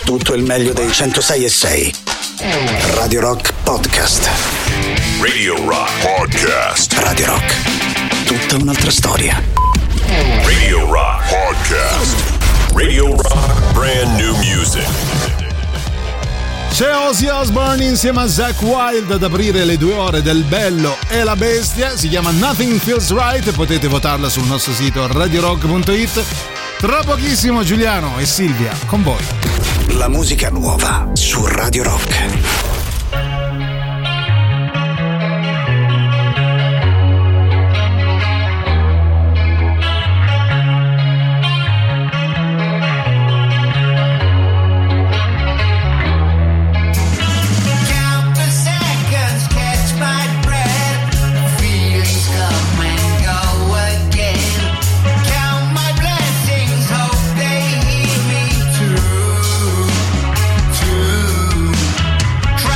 tutto il meglio dei 106.6. Radio Rock Podcast. Radio Rock Podcast. Radio Rock, tutta un'altra storia. Radio Rock Podcast. Radio Rock Brand New Music. C'è Ozzy Osbourne insieme a Zakk Wylde ad aprire le 2 ore del Bello e la Bestia. Si chiama Nothing Feels Right e potete votarla sul nostro sito radiorock.it. Tra pochissimo Giuliano e Silvia con voi. La musica nuova su Radio Rock. Try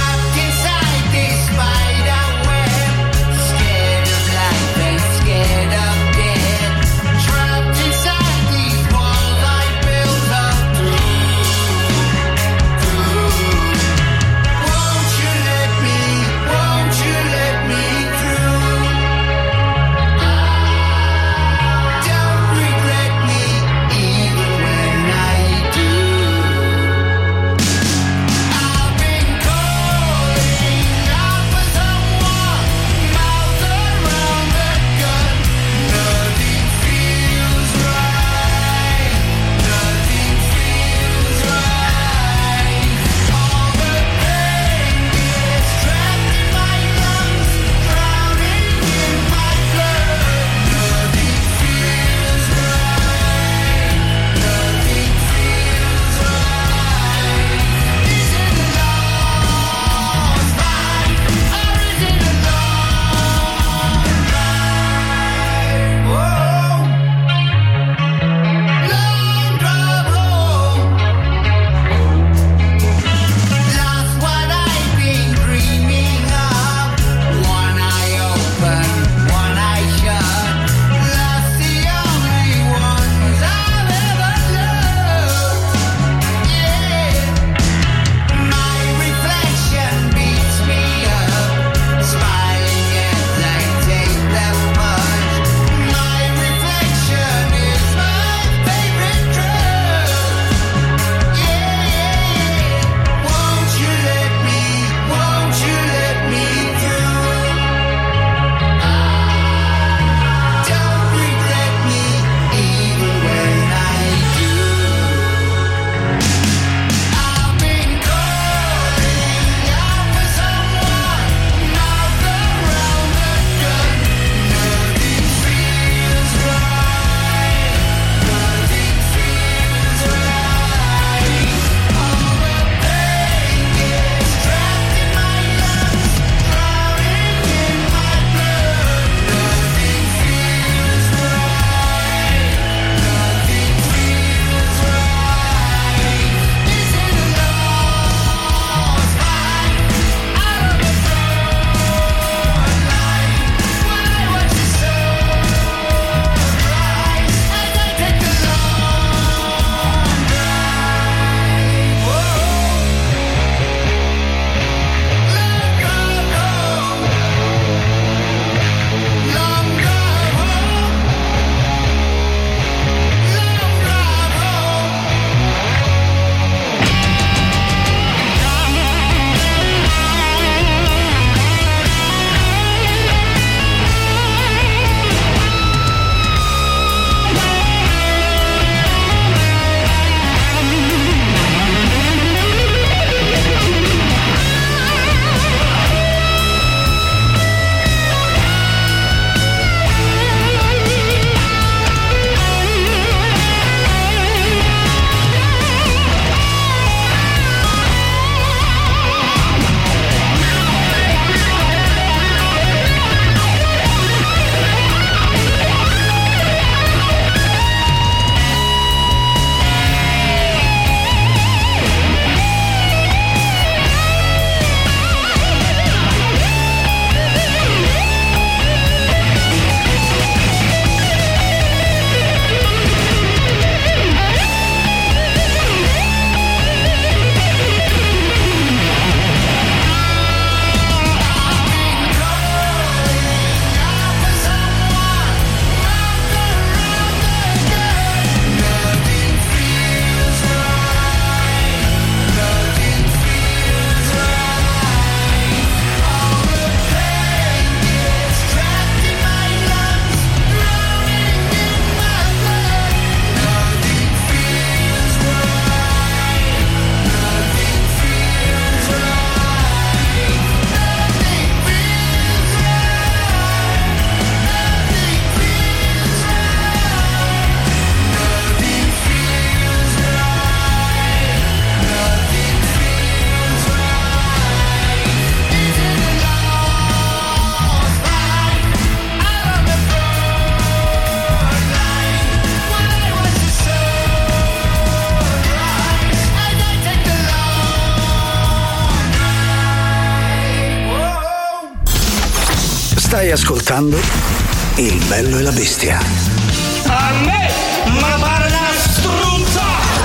Stai ascoltando Il Bello e la Bestia. A me, ma pare una struzza!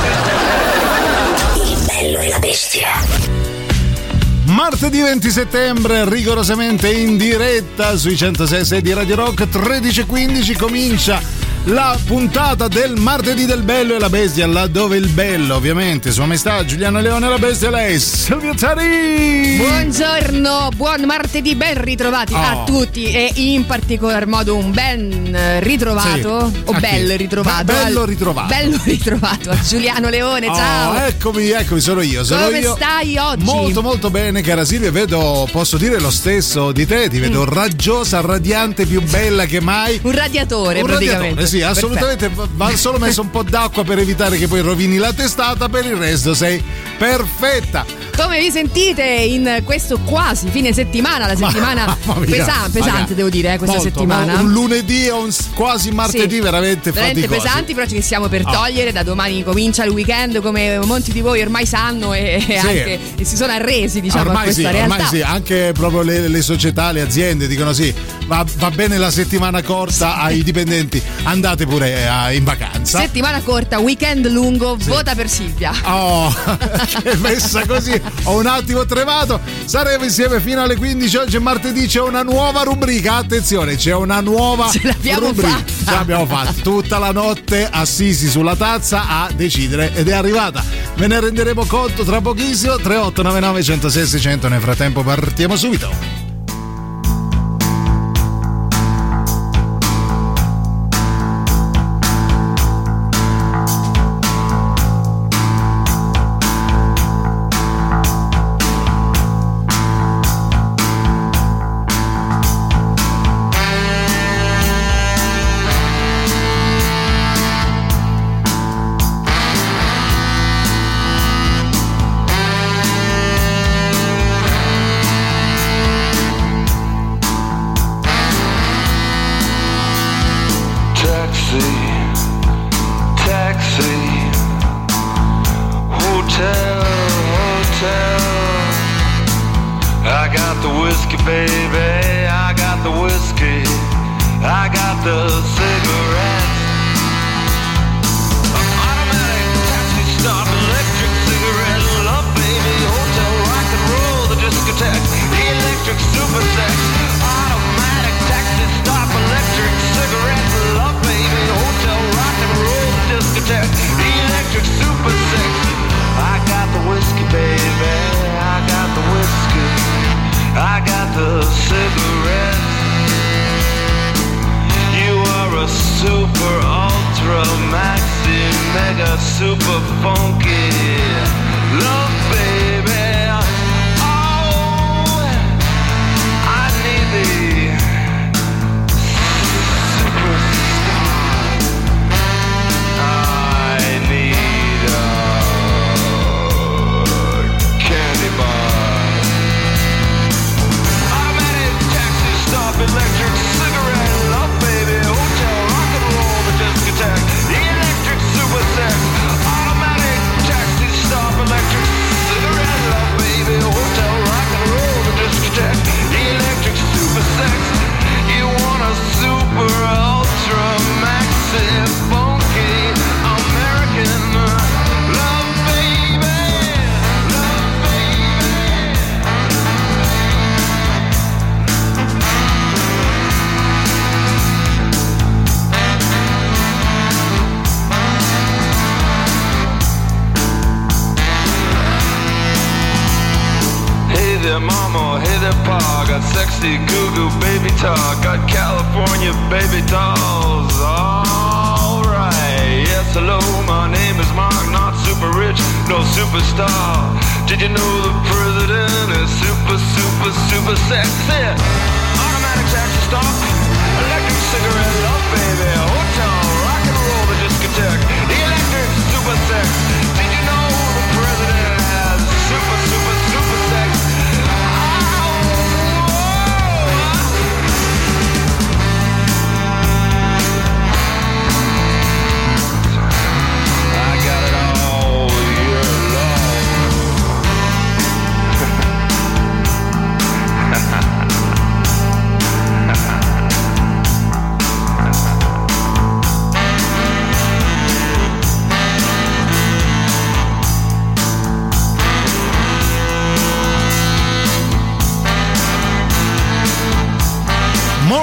Il Bello e la Bestia. Martedì 20 settembre, rigorosamente in diretta sui 106.6 di Radio Rock, 13:15 comincia la puntata del martedì del Bello e la Bestia, laddove il bello, ovviamente, Sua Maestà Giuliano Leone e la Bestia, lei, Silvia Tari. Buongiorno, buon martedì, ben ritrovati a tutti e in particolar modo un ben ritrovato, sì. o bello ritrovato. Bello ritrovato. Bello ritrovato a Giuliano Leone, ciao. Eccomi, sono io. Come stai oggi? Molto, molto bene, cara Silvia, vedo, posso dire lo stesso di te, ti vedo raggiosa, radiante, più bella che mai. Un radiatore, praticamente. Sì, assolutamente. Va solo messo un po' d'acqua per evitare che poi rovini la testata, per il resto sei perfetta. Come vi sentite in questo quasi fine settimana, la settimana pesante devo dire, questa molto, settimana. Un lunedì o un quasi martedì, sì, veramente faticosi. Pesanti, però ci stiamo per togliere. Da domani comincia il weekend, come molti di voi ormai sanno e anche e si sono arresi, diciamo, ormai a questa realtà. Ormai sì, anche proprio le società, le aziende dicono sì, va bene la settimana corta ai dipendenti, andate pure in vacanza. Settimana corta, weekend lungo, vota per Silvia. Oh, che messa così, ho un attimo tremato. Saremo insieme fino alle 15. Oggi è martedì, c'è una nuova rubrica, attenzione, c'è una nuova rubrica. Ce l'abbiamo fatta tutta la notte assisi sulla tazza a decidere ed è arrivata. Ve ne renderemo conto tra pochissimo. 3899 106 600. Nel frattempo partiamo subito.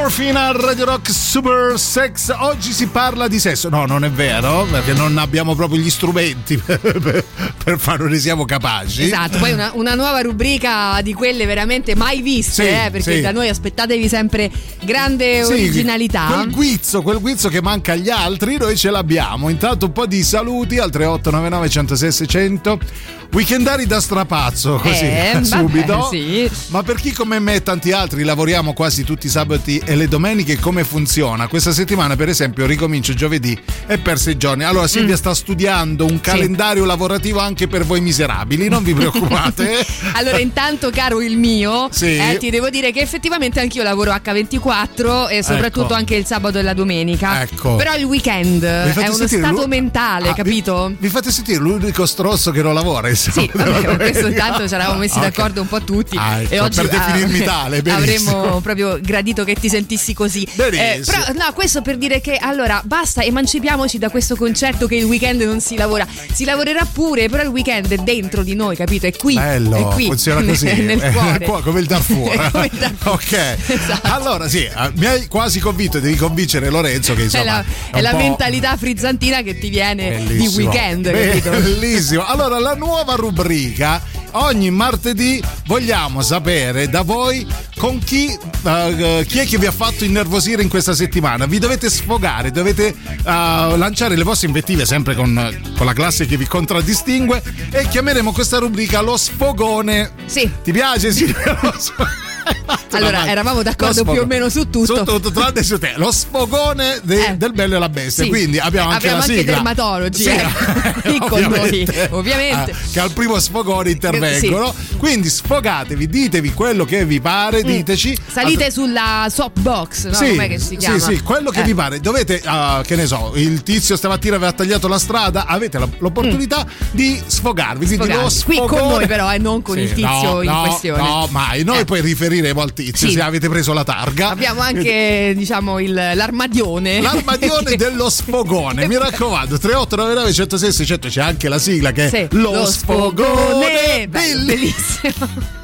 Morfina, Radio Rock Super Sex. Oggi si parla di sesso. No, non è vero, perché non abbiamo proprio gli strumenti per farlo, ne siamo capaci. Esatto, poi una nuova rubrica di quelle veramente mai viste, Sì, perché sì. da noi aspettatevi sempre grande originalità. Quel guizzo che manca agli altri, noi ce l'abbiamo. Intanto un po' di saluti al 3899 106 600. Weekendari da strapazzo, così subito. Vabbè, sì. Ma per chi come me e tanti altri lavoriamo quasi tutti i sabati e le domeniche, come funziona? Questa settimana, per esempio, ricomincio giovedì e per 6 giorni. Allora Silvia sta studiando un calendario lavorativo anche per voi miserabili, non vi preoccupate. Allora, intanto, caro il mio, Sì. ti devo dire che effettivamente anch'io lavoro H24 e soprattutto Ecco. anche il sabato e la domenica. Ecco. Però il weekend Mi fate è uno sentire stato mentale, Ah, capito? Vi fate sentire l'unico stronzo che non lavora il Sì, sabato e la vabbè, con questo domenica. tanto ci eravamo messi Ok. d'accordo un po' tutti. Ah, ecco, e oggi per definirmi tale, benissimo. avremmo proprio gradito che ti sentissi così. Benissimo. Però no, questo per dire che allora basta, emancipiamoci da questo concetto che il weekend non si lavora. Si lavorerà pure, però il weekend è dentro di noi, capito? È qui. Bello, è qui, funziona così. nel cuore. Qua, come il Darfur. Come il Darfur. Ok. Esatto. Allora sì, mi hai quasi convinto, devi convincere Lorenzo che insomma È la un po' mentalità frizzantina che ti viene bellissimo. di weekend, capito? Bellissimo. Allora, la nuova rubrica, ogni martedì vogliamo sapere da voi con chi è che vi ha fatto innervosire in questa settimana. Vi dovete sfogare, dovete lanciare le vostre invettive sempre con la classe che vi contraddistingue, e chiameremo questa rubrica lo sfogone. Sì. Ti piace? Sì. Allora, eravamo d'accordo più o meno su tutto. Su tutto, tranne su te. Lo sfogone del Bello e la Bestia. Sì. Quindi abbiamo anche la sigla. dermatologi, Sì, qui con noi, ovviamente. Che al primo sfogone intervengono. Sì. Quindi sfogatevi, ditevi quello che vi pare, diteci. Salite sulla soapbox, no? Sì, Com'è che si chiama? sì, quello che vi pare. Dovete, che ne so, il tizio stamattina aveva tagliato la strada, avete l'opportunità di sfogarvi. Quindi lo Qui sfogone. con noi però, non con il tizio in questione. No, mai. Noi poi riferiremo al tizio Sì. se avete preso la targa. Abbiamo anche, diciamo, l'armadione. L'armadione dello sfogone, mi raccomando. 3899 106 600, c'è anche la sigla che è Sì, lo sfogone. bellissimo.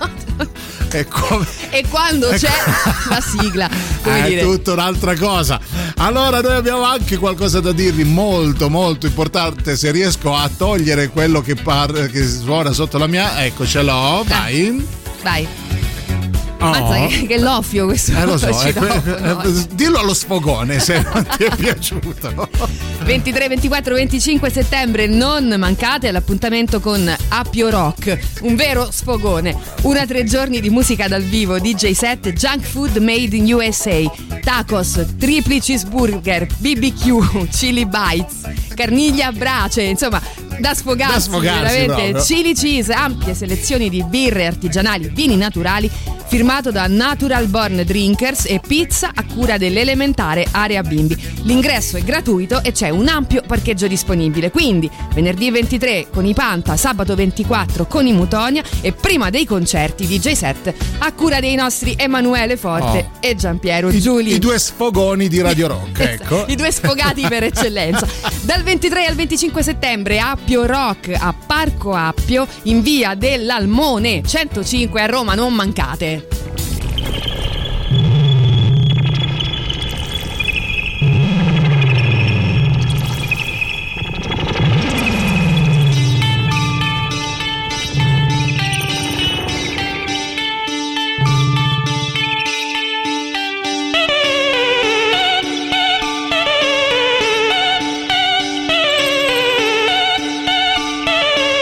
E quando c'è la sigla, come è dire, tutta un'altra cosa. Allora noi abbiamo anche qualcosa da dirvi molto molto importante. Se riesco a togliere quello che suona sotto la mia, ecco, ce l'ho. Vai. Oh. Mazza, che loffio questo. Lo so, citofono. dillo allo sfogone se non ti è piaciuto. 23, 24, 25 settembre, non mancate all'appuntamento con Appio Rock, un vero sfogone. 1 a 3 giorni di musica dal vivo, DJ set, junk food made in USA, tacos, tripli cheeseburger, BBQ, chili bites, carniglia brace, insomma, da sfogarsi veramente. proprio. Chili cheese, ampie selezioni di birre artigianali, vini naturali, firmato da Natural Born Drinkers, e pizza a cura dell'elementare Area Bimbi. L'ingresso è gratuito e c'è un ampio parcheggio disponibile, quindi venerdì 23 con i Panta, sabato 24 con i Mutonia, e prima dei concerti DJ set a cura dei nostri Emanuele Forte e Giampiero Giuli. I due sfogoni di Radio Rock, ecco. I due sfogati per eccellenza. Dal 23 al 25 settembre Appio Rock a Parco Appio, in via dell'Almone 105 a Roma, non mancate.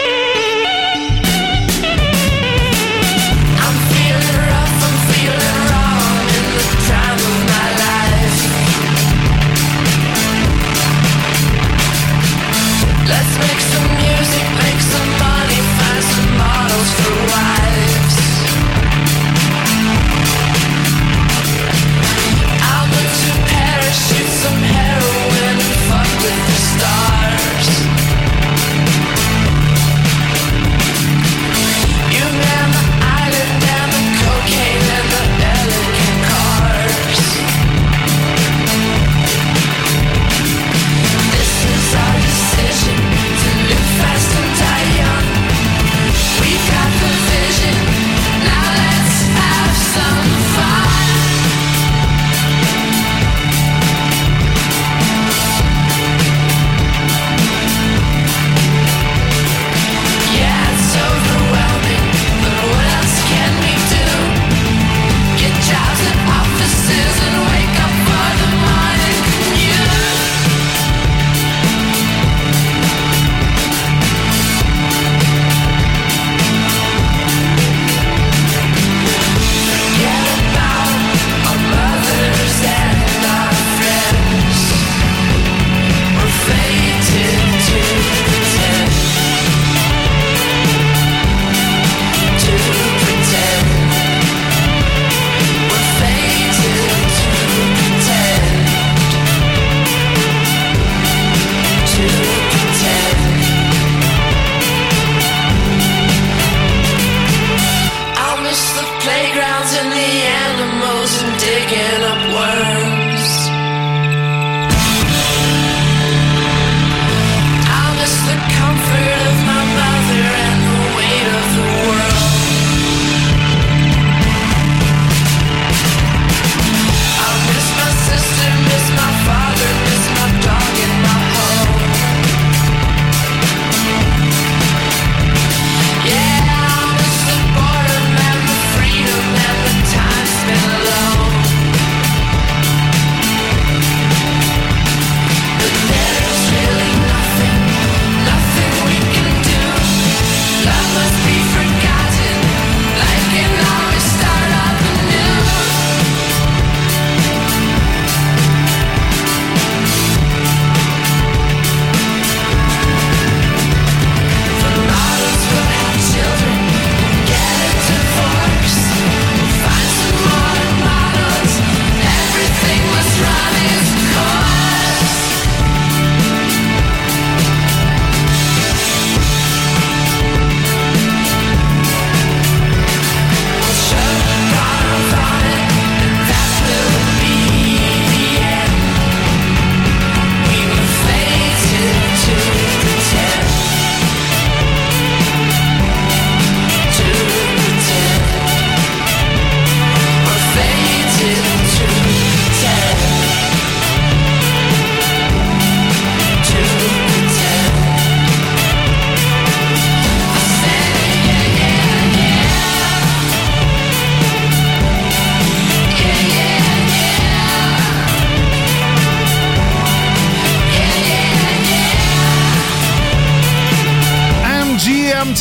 I'm feeling rough, I'm feeling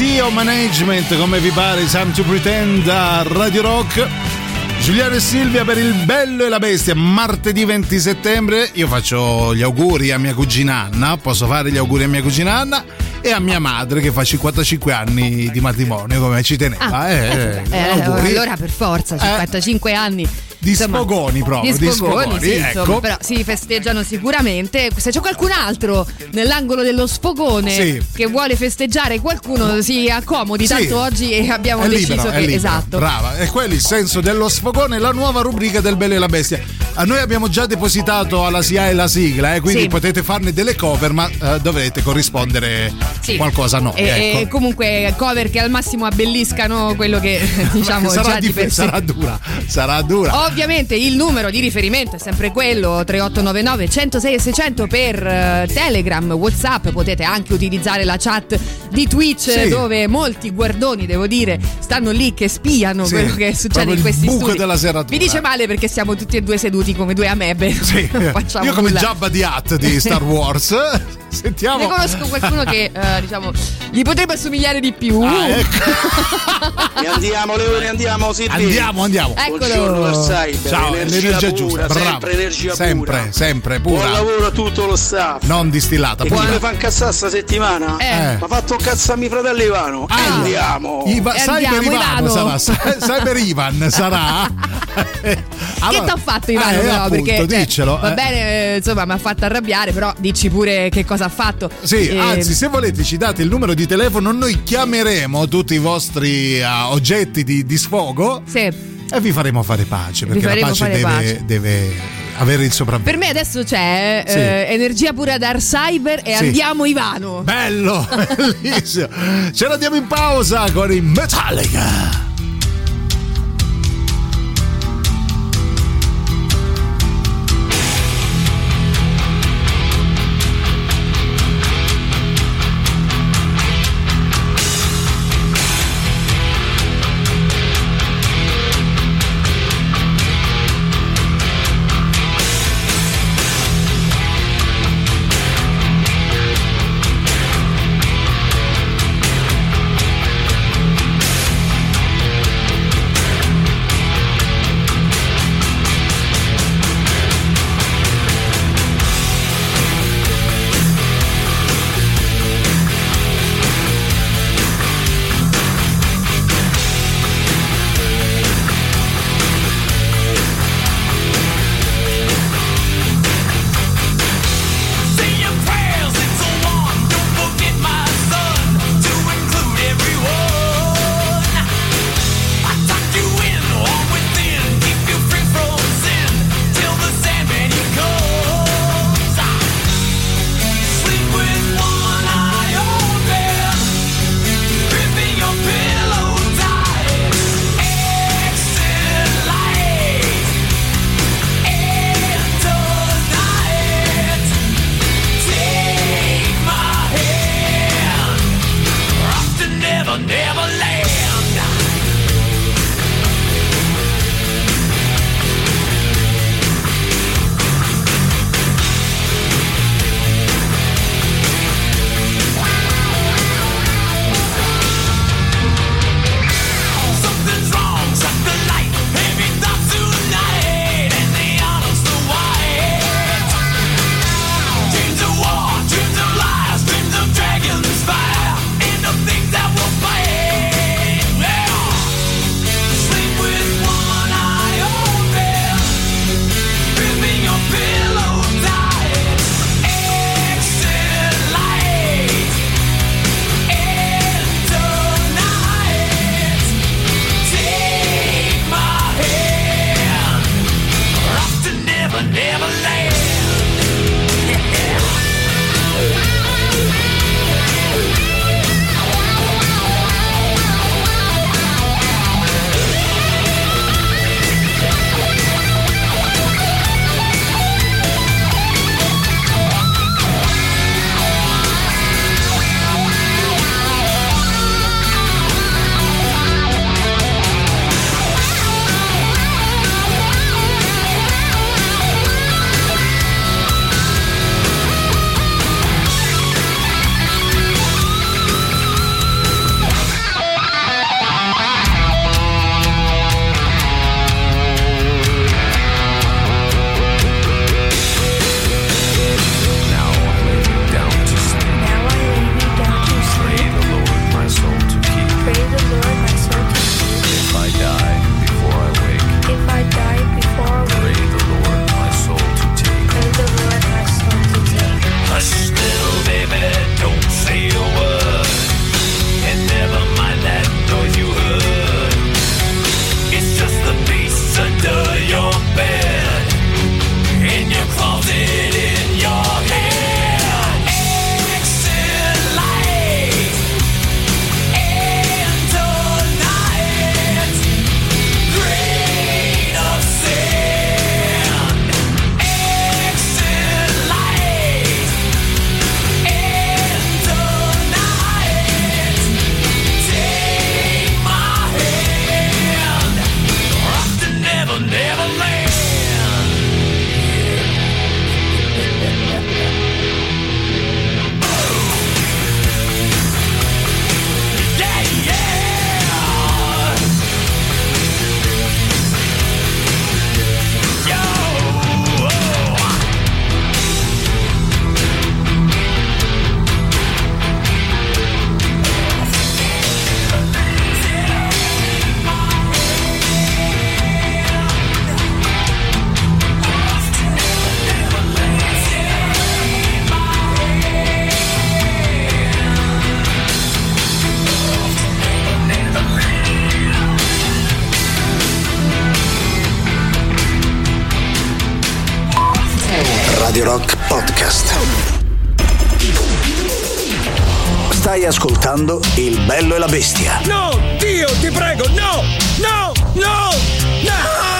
CEO Management, come vi pare, Time to Pretend a Radio Rock. Giuliano e Silvia per Il Bello e la Bestia, martedì 20 settembre. Io faccio gli auguri a mia cugina Anna, posso fare gli auguri a mia cugina Anna e a mia madre che fa 55 anni di matrimonio, come ci teneva. Allora per forza, 55 anni. Di sfogoni proprio, di sfogoni, sì, ecco. insomma, però si festeggiano sicuramente. Se c'è qualcun altro nell'angolo dello sfogone che vuole festeggiare qualcuno, si accomodi, tanto oggi abbiamo deciso che esatto. Brava, è quello il senso dello sfogone, la nuova rubrica del Bello e la Bestia. A noi abbiamo già depositato alla SIAE la sigla, quindi potete farne delle cover, ma dovrete corrispondere qualcosa a noi. E comunque cover che al massimo abbelliscano quello che diciamo già di per sé. Sarà dura. Ovviamente il numero di riferimento è sempre quello, 3899 106 e 600 per Telegram, WhatsApp. Potete anche utilizzare la chat di Twitch, dove molti guardoni, devo dire, stanno lì che spiano quello che succede in questi studi. Della serratura. Mi dice male perché siamo tutti e due seduti come due amebe. Io come Jabba the Hutt di Star Wars. Sentiamo. Ne conosco qualcuno che diciamo gli potrebbe assomigliare di più. Ne andiamo Leone, andiamo Silvi. Andiamo. Eccolo. Ciao, l'energia giusta, sempre energia pura. Sempre pura. Buon lavoro a tutto lo staff. Non distillata. E chi mi fa incazzare sta settimana? Mi ha fatto incazzare mio fratello Ivano. Andiamo. Cyber Ivano sarà. Cyber Ivan sarà. Allora, che t'ha fatto Ivano? Appunto, perché diccelo. Va bene, insomma, mi ha fatto arrabbiare, però dici pure che cosa ha fatto. Anzi, se volete ci date il numero di telefono, noi chiameremo tutti i vostri oggetti di sfogo. E vi faremo fare pace, perché la pace deve avere il sopravvento. Per me adesso c'è energia pura Dark Cyber e andiamo Ivano. Bello, bellissimo. Ce la diamo in pausa con i Metallica. Radio Rock Podcast. Stai ascoltando Il Bello e la Bestia. No, Dio, ti prego, no, no, no, no!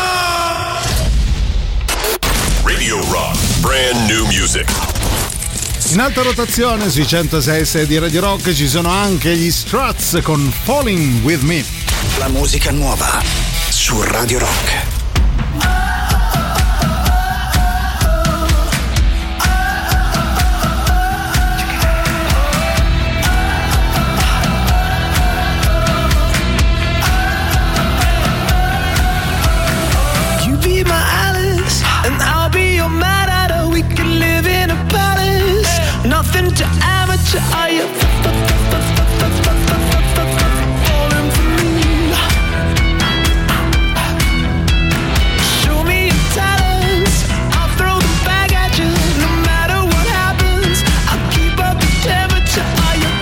Radio Rock, brand new music. In alta rotazione sui 106 di Radio Rock ci sono anche gli Struts con Falling With Me. La musica nuova su Radio Rock. Nothing to amateur, are you falling for me? Show me your talents, I'll throw the bag at you. No matter what happens, I'll keep up the temperature. Are you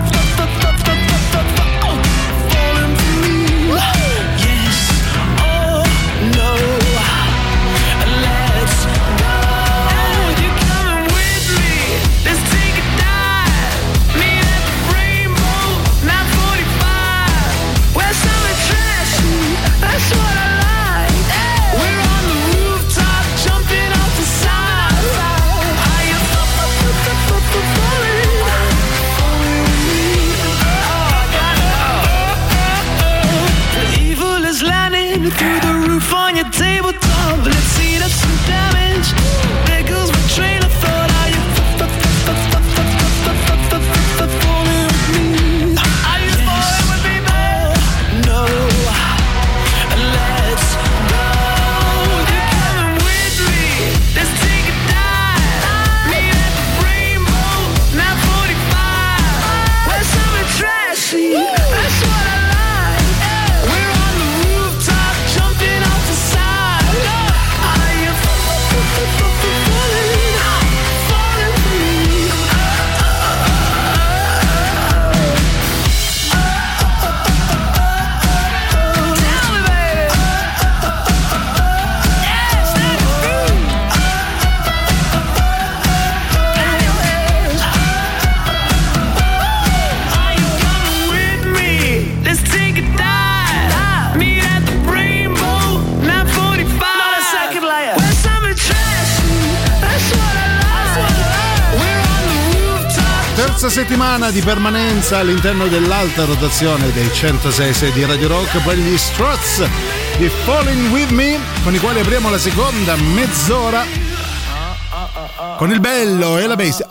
falling for me? Yes, oh no, let's go. You're coming with me. Let's take a dive. Meet at the Rainbow 945. Where summer trashy, that's what I like. We're on the rooftop, jumping off the side. Are you falling with me? The evil is landing through the roof on your tabletop. Let's eat up some damage. There goes my train of thought. Are you falling with me? Are you falling with me, babe? No, let's go. You're coming with me. Let's take a dive. Meet at the Rainbow 945. Where summer trashy, that's what I like. We're on the rooftop, jumping off the side. Are you falling for me? Tell me, baby. Yes, that's true. Are you coming with me? Let's take a dive. Meet at the Rainbow 945. Not a second layer. Where summer trashy, that's what I like. We're on the rooftop. Terza settimana di permanenza all'interno dell'alta rotazione dei 106 di Radio Rock, poi gli Struts di Falling With Me, con i quali apriamo la seconda mezz'ora con il Bello e la Bestia.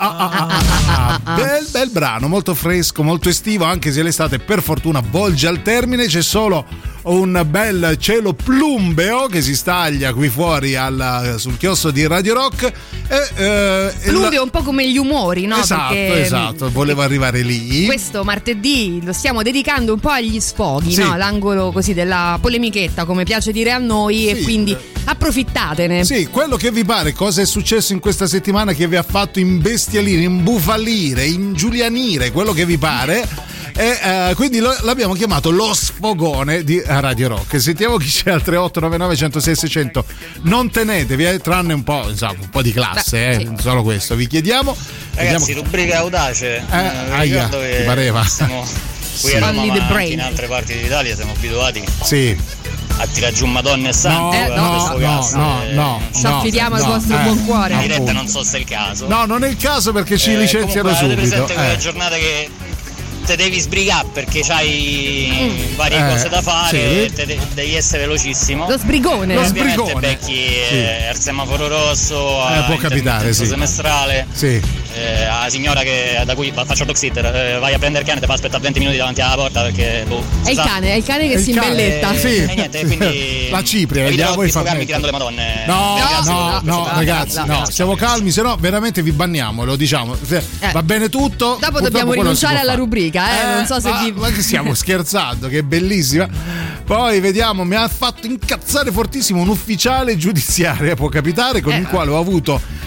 Bel brano, molto fresco, molto estivo, anche se l'estate per fortuna volge al termine. C'è solo un bel cielo plumbeo che si staglia qui fuori sul chiostro di Radio Rock. Plumbeo un po' come gli umori, no? Esatto, volevo arrivare lì. Questo martedì lo stiamo dedicando un po' agli sfoghi, sì, no? L'angolo così della polemichetta, come piace dire a noi, sì, e quindi approfittatene. Sì, quello che vi pare, cosa è successo in questa settimana che vi ha fatto imbestialire, imbufalire, ingiulianire, quello che vi pare. E quindi l'abbiamo chiamato lo sfogone di Radio Rock. Sentiamo chi c'è al 3899 106 600. Non tenetevi, tranne un po', insomma, un po' di classe, sì, solo questo vi chiediamo. Ragazzi, rubrica audace. Aia, ti pareva? Siamo qui a Roma, ma anche in altre parti d'Italia siamo abituati, sì, a tirare giù Madonna e Santo. No. Ci affidiamo al vostro buon cuore. In diretta non so se è il caso. No, non è il caso perché ci licenziano subito. Avete presente quella giornata che te devi sbrigare perché c'hai varie cose da fare, sì, devi essere velocissimo. Lo sbrigone. Becchi al semaforo rosso, può capitare, sì, semestrale. Sì. La signora da cui faccio dog sitter, vai a prendere il cane, te fa aspettare 20 minuti davanti alla porta perché è il cane che si imbelletta. Sì. E niente, quindi la cipria, vediamo voi sfogarmi tirando le madonne. No, ragazzi, siamo calmi, se no veramente vi banniamo, lo diciamo. Va bene tutto. Dopo dobbiamo rinunciare alla rubrica. Non so se ma che stiamo scherzando, che è bellissima. Poi vediamo, mi ha fatto incazzare fortissimo un ufficiale giudiziario, può capitare, con il quale ho avuto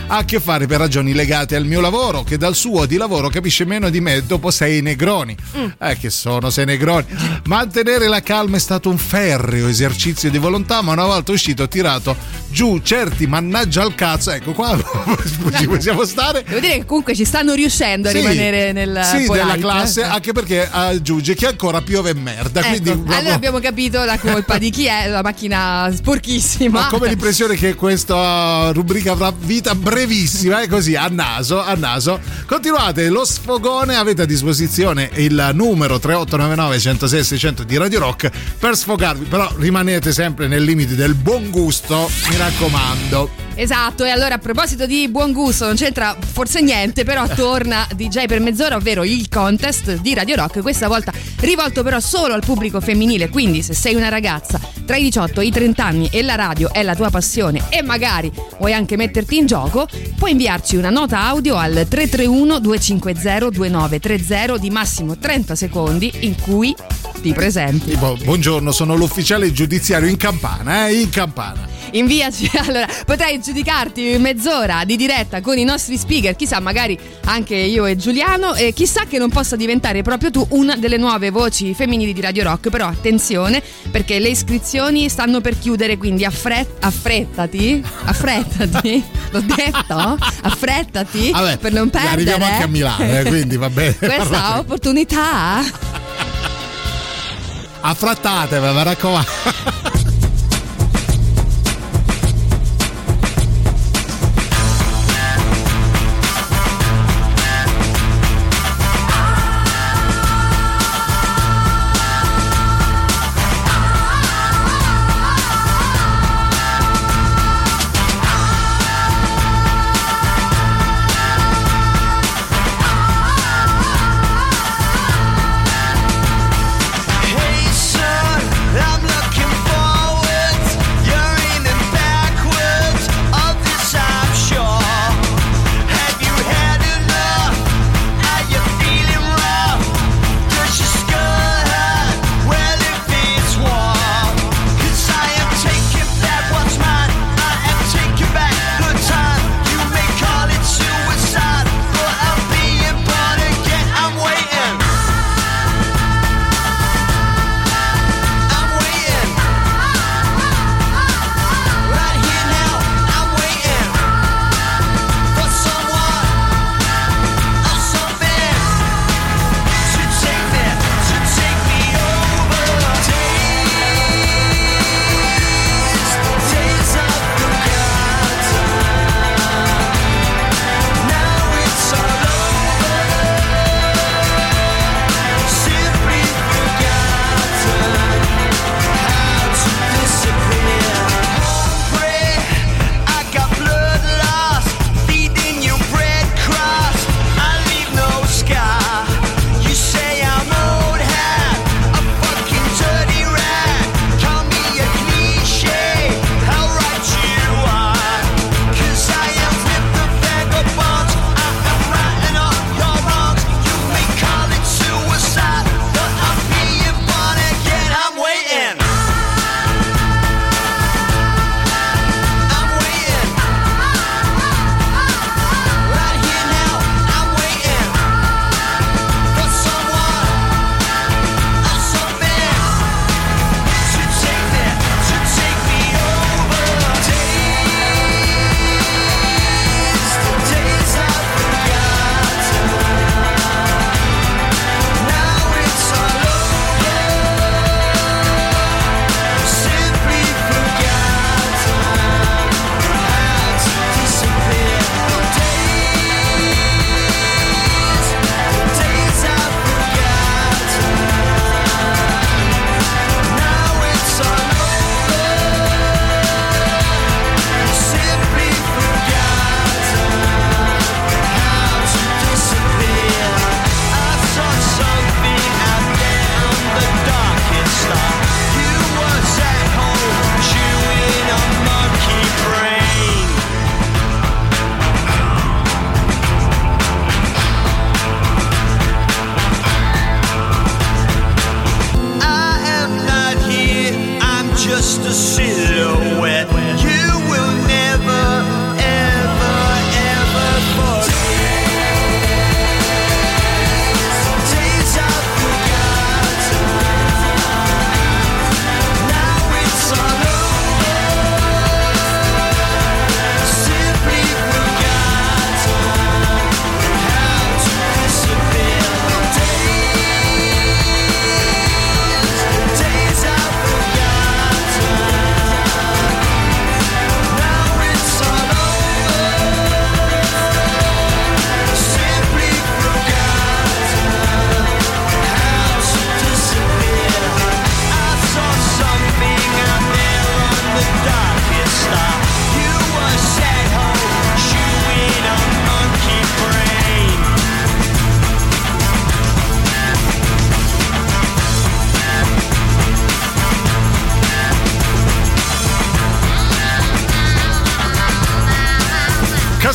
ha a che fare per ragioni legate al mio lavoro, che dal suo di lavoro capisce meno di me dopo 6 negroni. Che sono 6 negroni. Mantenere la calma è stato un ferreo esercizio di volontà, ma una volta uscito ho tirato giù certi mannaggia al cazzo. Ecco, qua ci possiamo stare. Devo dire che comunque ci stanno riuscendo a rimanere nel della classe, anche perché aggiunge che ancora piove merda. Ecco, quindi allora abbiamo capito la colpa di chi è, la macchina sporchissima. Ho come l'impressione che questa rubrica avrà vita brevissima, è così, a naso. Continuate lo sfogone, avete a disposizione il numero 3899 106 600 di Radio Rock per sfogarvi, però rimanete sempre nei limiti del buon gusto, mi raccomando. Esatto, e allora a proposito di buon gusto, non c'entra forse niente, però torna DJ per mezz'ora, ovvero il contest di Radio Rock, questa volta rivolto però solo al pubblico femminile, quindi se sei una ragazza tra i 18 e i 30 anni e la radio è la tua passione e magari vuoi anche metterti in gioco, puoi inviarci una nota audio al 331 250 2930 di massimo 30 secondi in cui ti presenti. Tipo, buongiorno, sono l'ufficiale giudiziario in Campana, in Campana. Inviaci, allora potrai giudicarti mezz'ora di diretta con i nostri speaker, chissà magari anche io e Giuliano, e chissà che non possa diventare proprio tu una delle nuove voci femminili di Radio Rock. Però attenzione, perché le iscrizioni stanno per chiudere, quindi affrettati, l'ho detto? Affrettati. Vabbè, per non perdere. Arriviamo anche a Milano, quindi va bene. Questa opportunità affrattate, mi raccomando. I'm looking forward. just a silhouette. You will never, ever,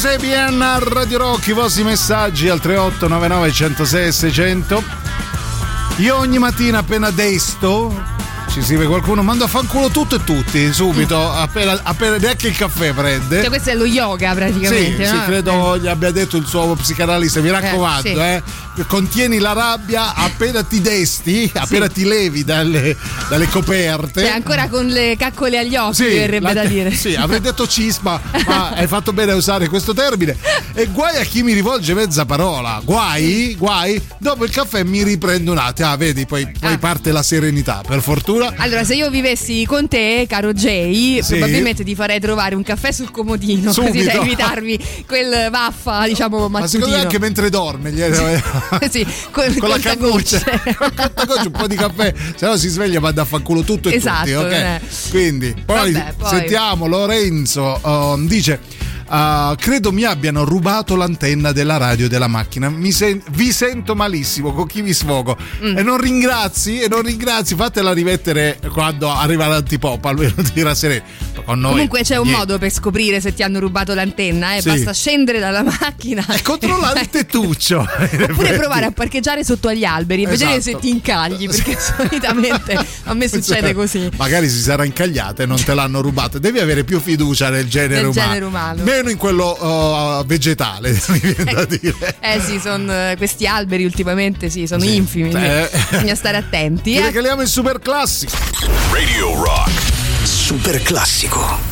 José Bien a Radio Rock, i vostri messaggi al 3899 106 600. Io ogni mattina appena desto, ci scrive qualcuno, mando a fanculo tutto e tutti subito, appena neanche il caffè prende. Cioè questo è lo yoga praticamente, sì, no? Sì, credo gli abbia detto il suo psicanalista, mi raccomando, sì. Contieni la rabbia appena ti desti, appena ti levi dalle coperte. Cioè ancora con le caccole agli occhi, verrebbe da dire. Sì, avrei detto cisma, ma hai fatto bene a usare questo termine. E guai a chi mi rivolge mezza parola. Guai, dopo il caffè mi riprendo un attimo. Vedi, poi parte la serenità, per fortuna. Allora, se io vivessi con te, caro Jay, probabilmente ti farei trovare un caffè sul comodino, subito, così da evitarvi quel vaffa, diciamo, mattutino. Ma secondo me anche mentre dorme sì, con la cannuccia, un po' di caffè, se no si sveglia e va a fanculo tutto e esatto, tutti, ok? Quindi poi sentiamo Lorenzo, dice credo mi abbiano rubato l'antenna della radio della macchina, vi sento malissimo, con chi vi sfogo e non ringrazi, fatela rimettere quando arriva l'antipop, almeno tira sereno con noi. Comunque c'è un modo per scoprire se ti hanno rubato l'antenna, basta scendere dalla macchina e controllare il tettuccio oppure provare a parcheggiare sotto agli alberi e vedere se ti incagli, perché solitamente a me succede così. Magari si sarà incagliata e non te l'hanno rubato. Devi avere più fiducia nel genere umano. Meno in quello vegetale, mi viene da dire. Sì, sono questi alberi ultimamente sono infimi, bisogna stare attenti. Regaliamo il super classico. Radio Rock Super classico.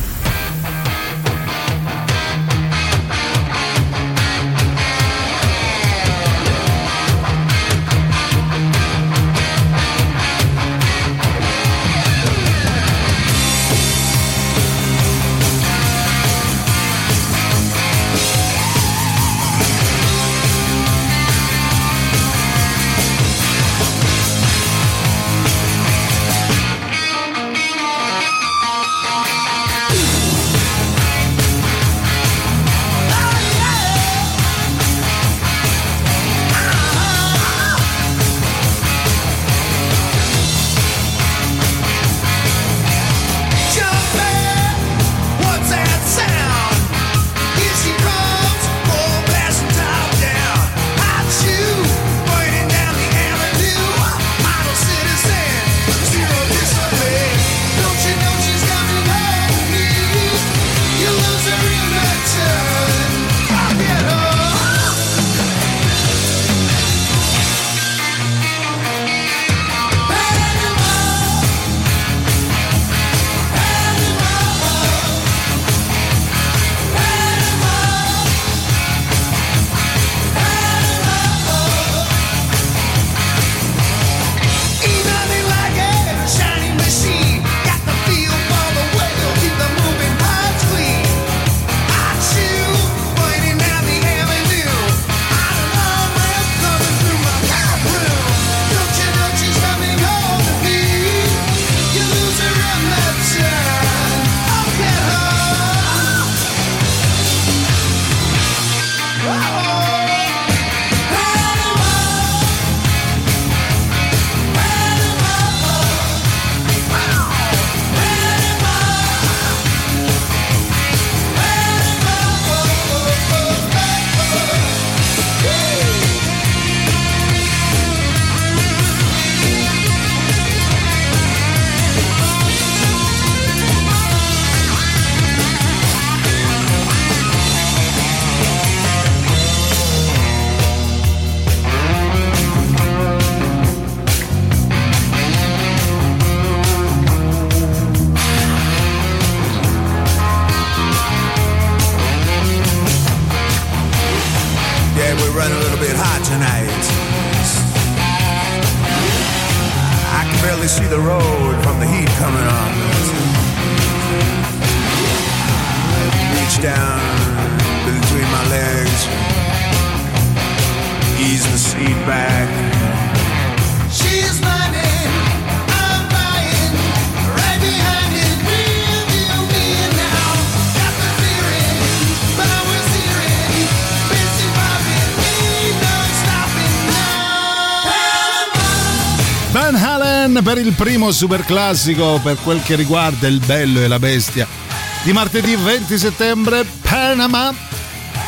Per il primo super classico per quel che riguarda il bello e la bestia di martedì 20 settembre, Panama.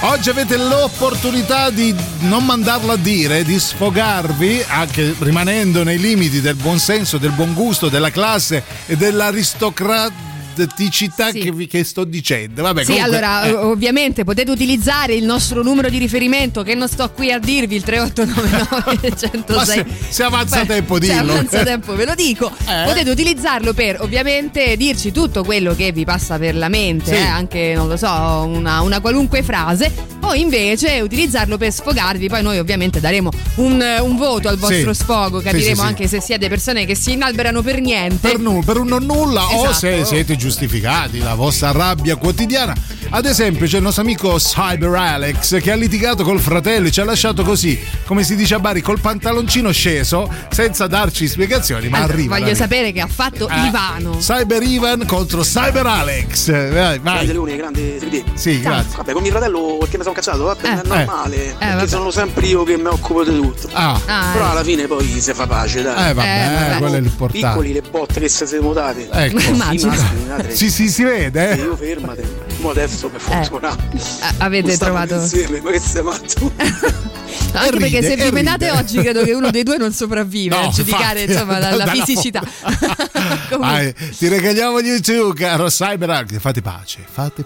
Oggi avete l'opportunità di non mandarla a dire, di sfogarvi, anche rimanendo nei limiti del buon senso, del buon gusto, della classe e dell'aristocraticità che sto dicendo. Vabbè, sì, comunque, allora ovviamente potete utilizzare il nostro numero di riferimento, che non sto qui a dirvi, il 3899 106. Se avanza tempo dillo. Se avanza tempo ve lo dico. Potete utilizzarlo per ovviamente dirci tutto quello che vi passa per la mente, sì. Anche non lo so, una qualunque frase, o invece utilizzarlo per sfogarvi. Poi noi ovviamente daremo un voto al vostro sfogo, capiremo anche se siete persone che si inalberano per niente, per un non nulla, esatto. O se siete giustificati, la vostra rabbia quotidiana. Ad esempio c'è il nostro amico Cyber Alex che ha litigato col fratello e ci ha lasciato così, come si dice a Bari, col pantaloncino sceso, senza darci spiegazioni, ma arriva. Voglio sapere che ha fatto Ivano. Cyber Ivan contro Cyber Alex. Vai. Grande Leone, grande 3D. Sì, grazie. Vabbè, con mio fratello perché mi sono cacciato, vabbè, è normale, perché vabbè. sono sempre io che mi occupo di tutto. Però alla fine poi si fa pace, dai. Vabbè, quello è l'importante. Piccoli le botte che si siamo date. Ecco. Si vede, Io fermate. Mo adesso per fortuna. Avete trovato insieme, ma che sei matto? Anche perché se vi menate oggi credo che uno dei due non sopravvive, a giudicare insomma dalla fisicità. Ti regaliamo YouTube, caro Cyberark. Fate pace.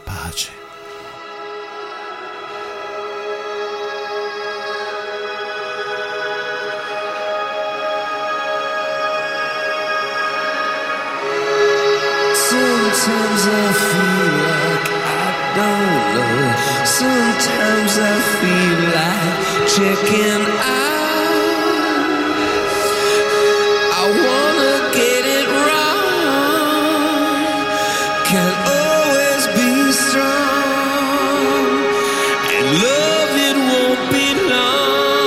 Sometimes I feel like I don't know. Sometimes I feel like checking out. I wanna get it wrong. Can't always be strong. And love, it won't be long.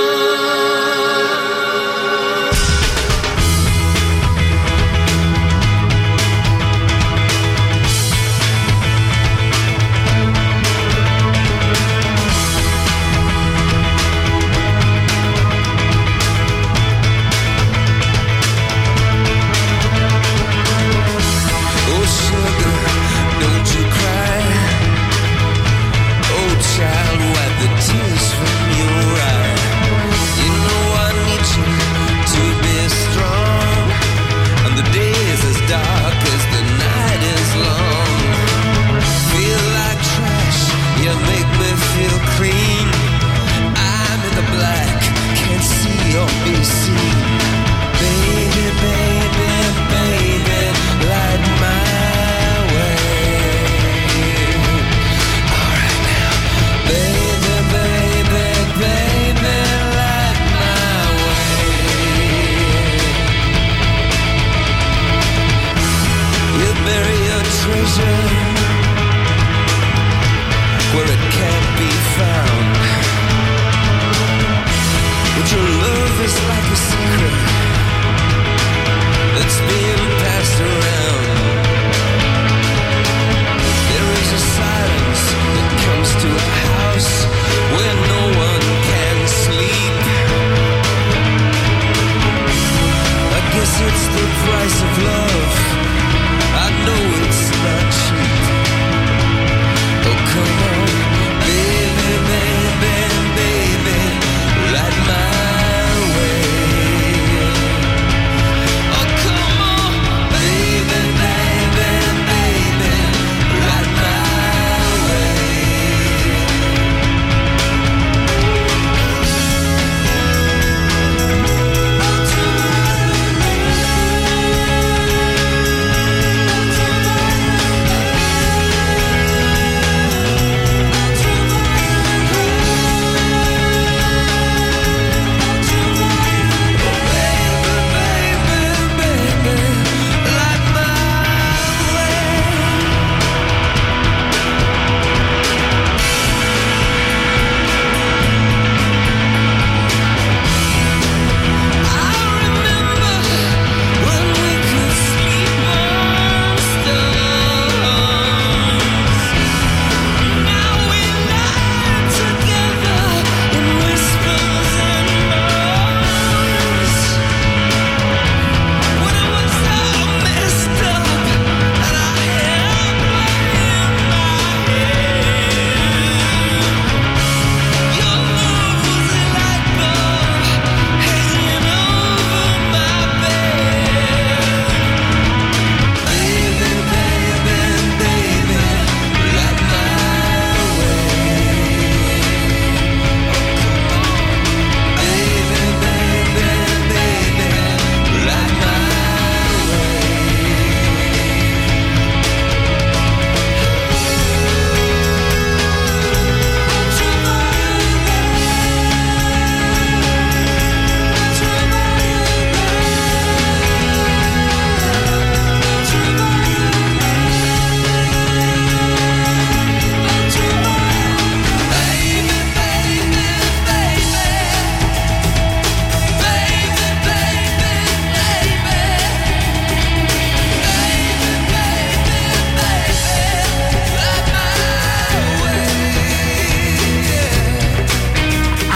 Where it can't be found. But your love is like a secret that's being passed around. There is a silence that comes to a house where no one can sleep. I guess it's the price of love. I know it's not cheap. Oh, come on.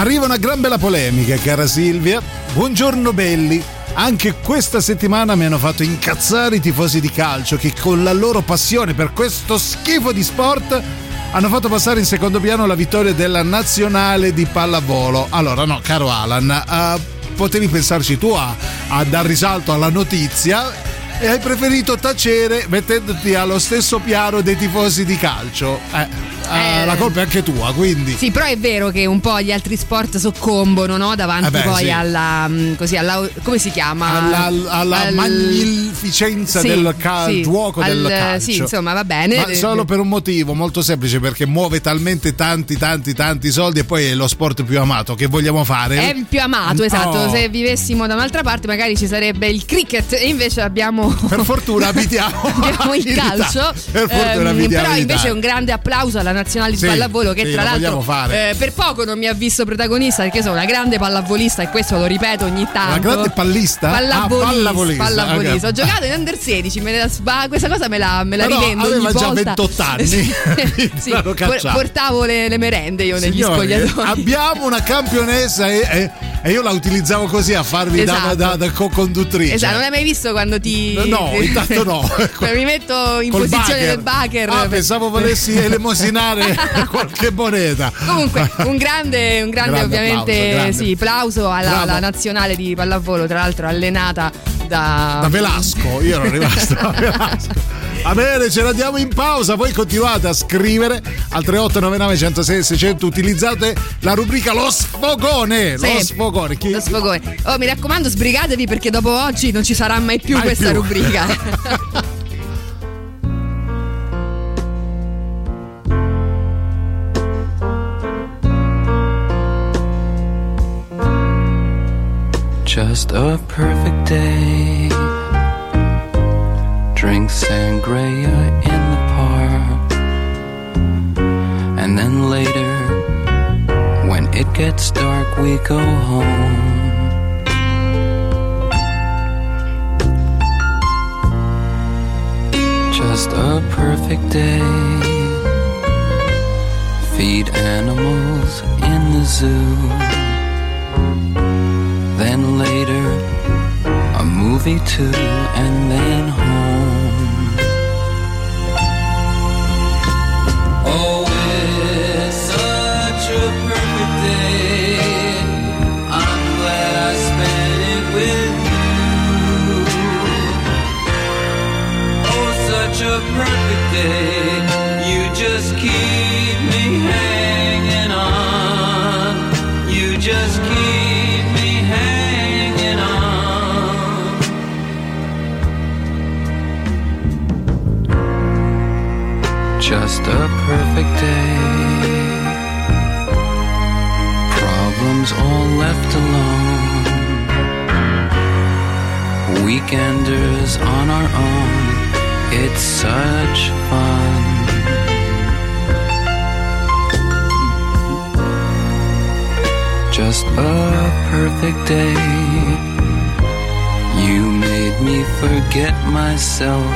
Arriva una gran bella polemica, cara Silvia. Buongiorno belli. Anche questa settimana mi hanno fatto incazzare i tifosi di calcio che con la loro passione per questo schifo di sport hanno fatto passare in secondo piano la vittoria della nazionale di pallavolo. Allora no, caro Alan, potevi pensarci tu a dar risalto alla notizia e hai preferito tacere mettendoti allo stesso piano dei tifosi di calcio. La colpa è anche tua, quindi. Sì, però è vero che un po' gli altri sport soccombono, no? Davanti poi sì. alla come si chiama? Alla magnificenza del gioco del calcio. Sì, insomma, va bene. Ma solo per un motivo molto semplice, perché muove talmente tanti soldi e poi è lo sport più amato. Che vogliamo fare? È il più amato, esatto. Se vivessimo da un'altra parte magari ci sarebbe il cricket e invece abbiamo per fortuna abbiamo il calcio. Per fortuna però invece un grande applauso alla nazionale di pallavolo che tra l'altro per poco non mi ha visto protagonista, perché sono una grande pallavolista e questo lo ripeto ogni tanto. Una grande pallista? Pallavolista. Okay. Ho giocato in Under 16, questa cosa me la rivendo ogni volta. Aveva già 28 anni. Sì, portavo le merende io negli spogliatoi. Abbiamo una campionessa e io la utilizzavo così a farmi da co-conduttrice. Esatto, non hai mai visto quando No, intanto no. Mi metto in posizione del backer. Pensavo volessi elemosinare qualche moneta. Comunque, un grande ovviamente applauso alla nazionale di pallavolo, tra l'altro allenata da Velasco. Io ero rimasto a Velasco. Va bene, ce la diamo in pausa, voi continuate a scrivere al 3899 106 600, utilizzate la rubrica Lo Sfogone. Sì, Lo Sfogone. Lo Sfogone. Oh, mi raccomando, sbrigatevi perché dopo oggi non ci sarà mai più questa rubrica. Just a perfect day. Drink sangria in the park. And then later, when it gets dark, we go home. Just a perfect day. Feed animals in the zoo. Then later, a movie too, and then home. Oh, it's such a perfect day. I'm glad I spent it with you. Oh, such a perfect day. You just keep me hanging on. You just keep me hanging on. Just a perfect day. Problems all left alone. Weekenders on our own. It's such fun. Just a perfect day. You made me forget myself.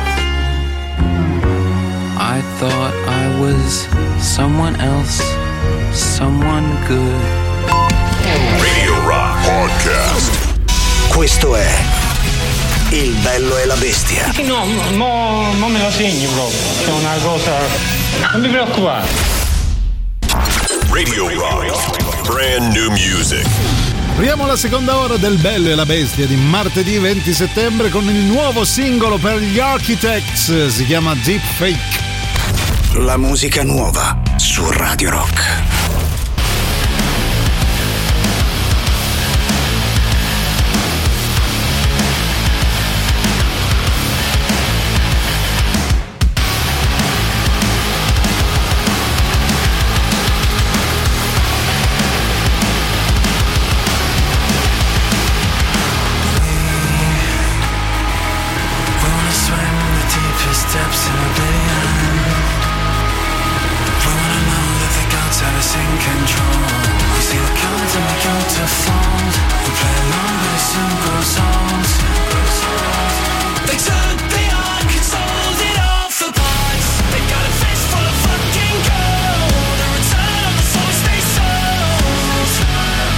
I thought I was someone else, someone good. Radio Rock Podcast. Questo è Il Bello e la Bestia. No, non me lo segni proprio. È una cosa. Non mi preoccupare. Radio Rock. Brand new music. Apriamo la seconda ora del Bello e la Bestia di martedì 20 settembre con il nuovo singolo per gli Architects. Si chiama Deep Fake. La musica nuova su Radio Rock. Steps in oblivion. But when I know that the gods have us in control, we see the cards and we go to fold. We play along but it soon grows old. They took the ark and sold it all for parts. They got a fist full of fucking gold. The return of the soul they sold.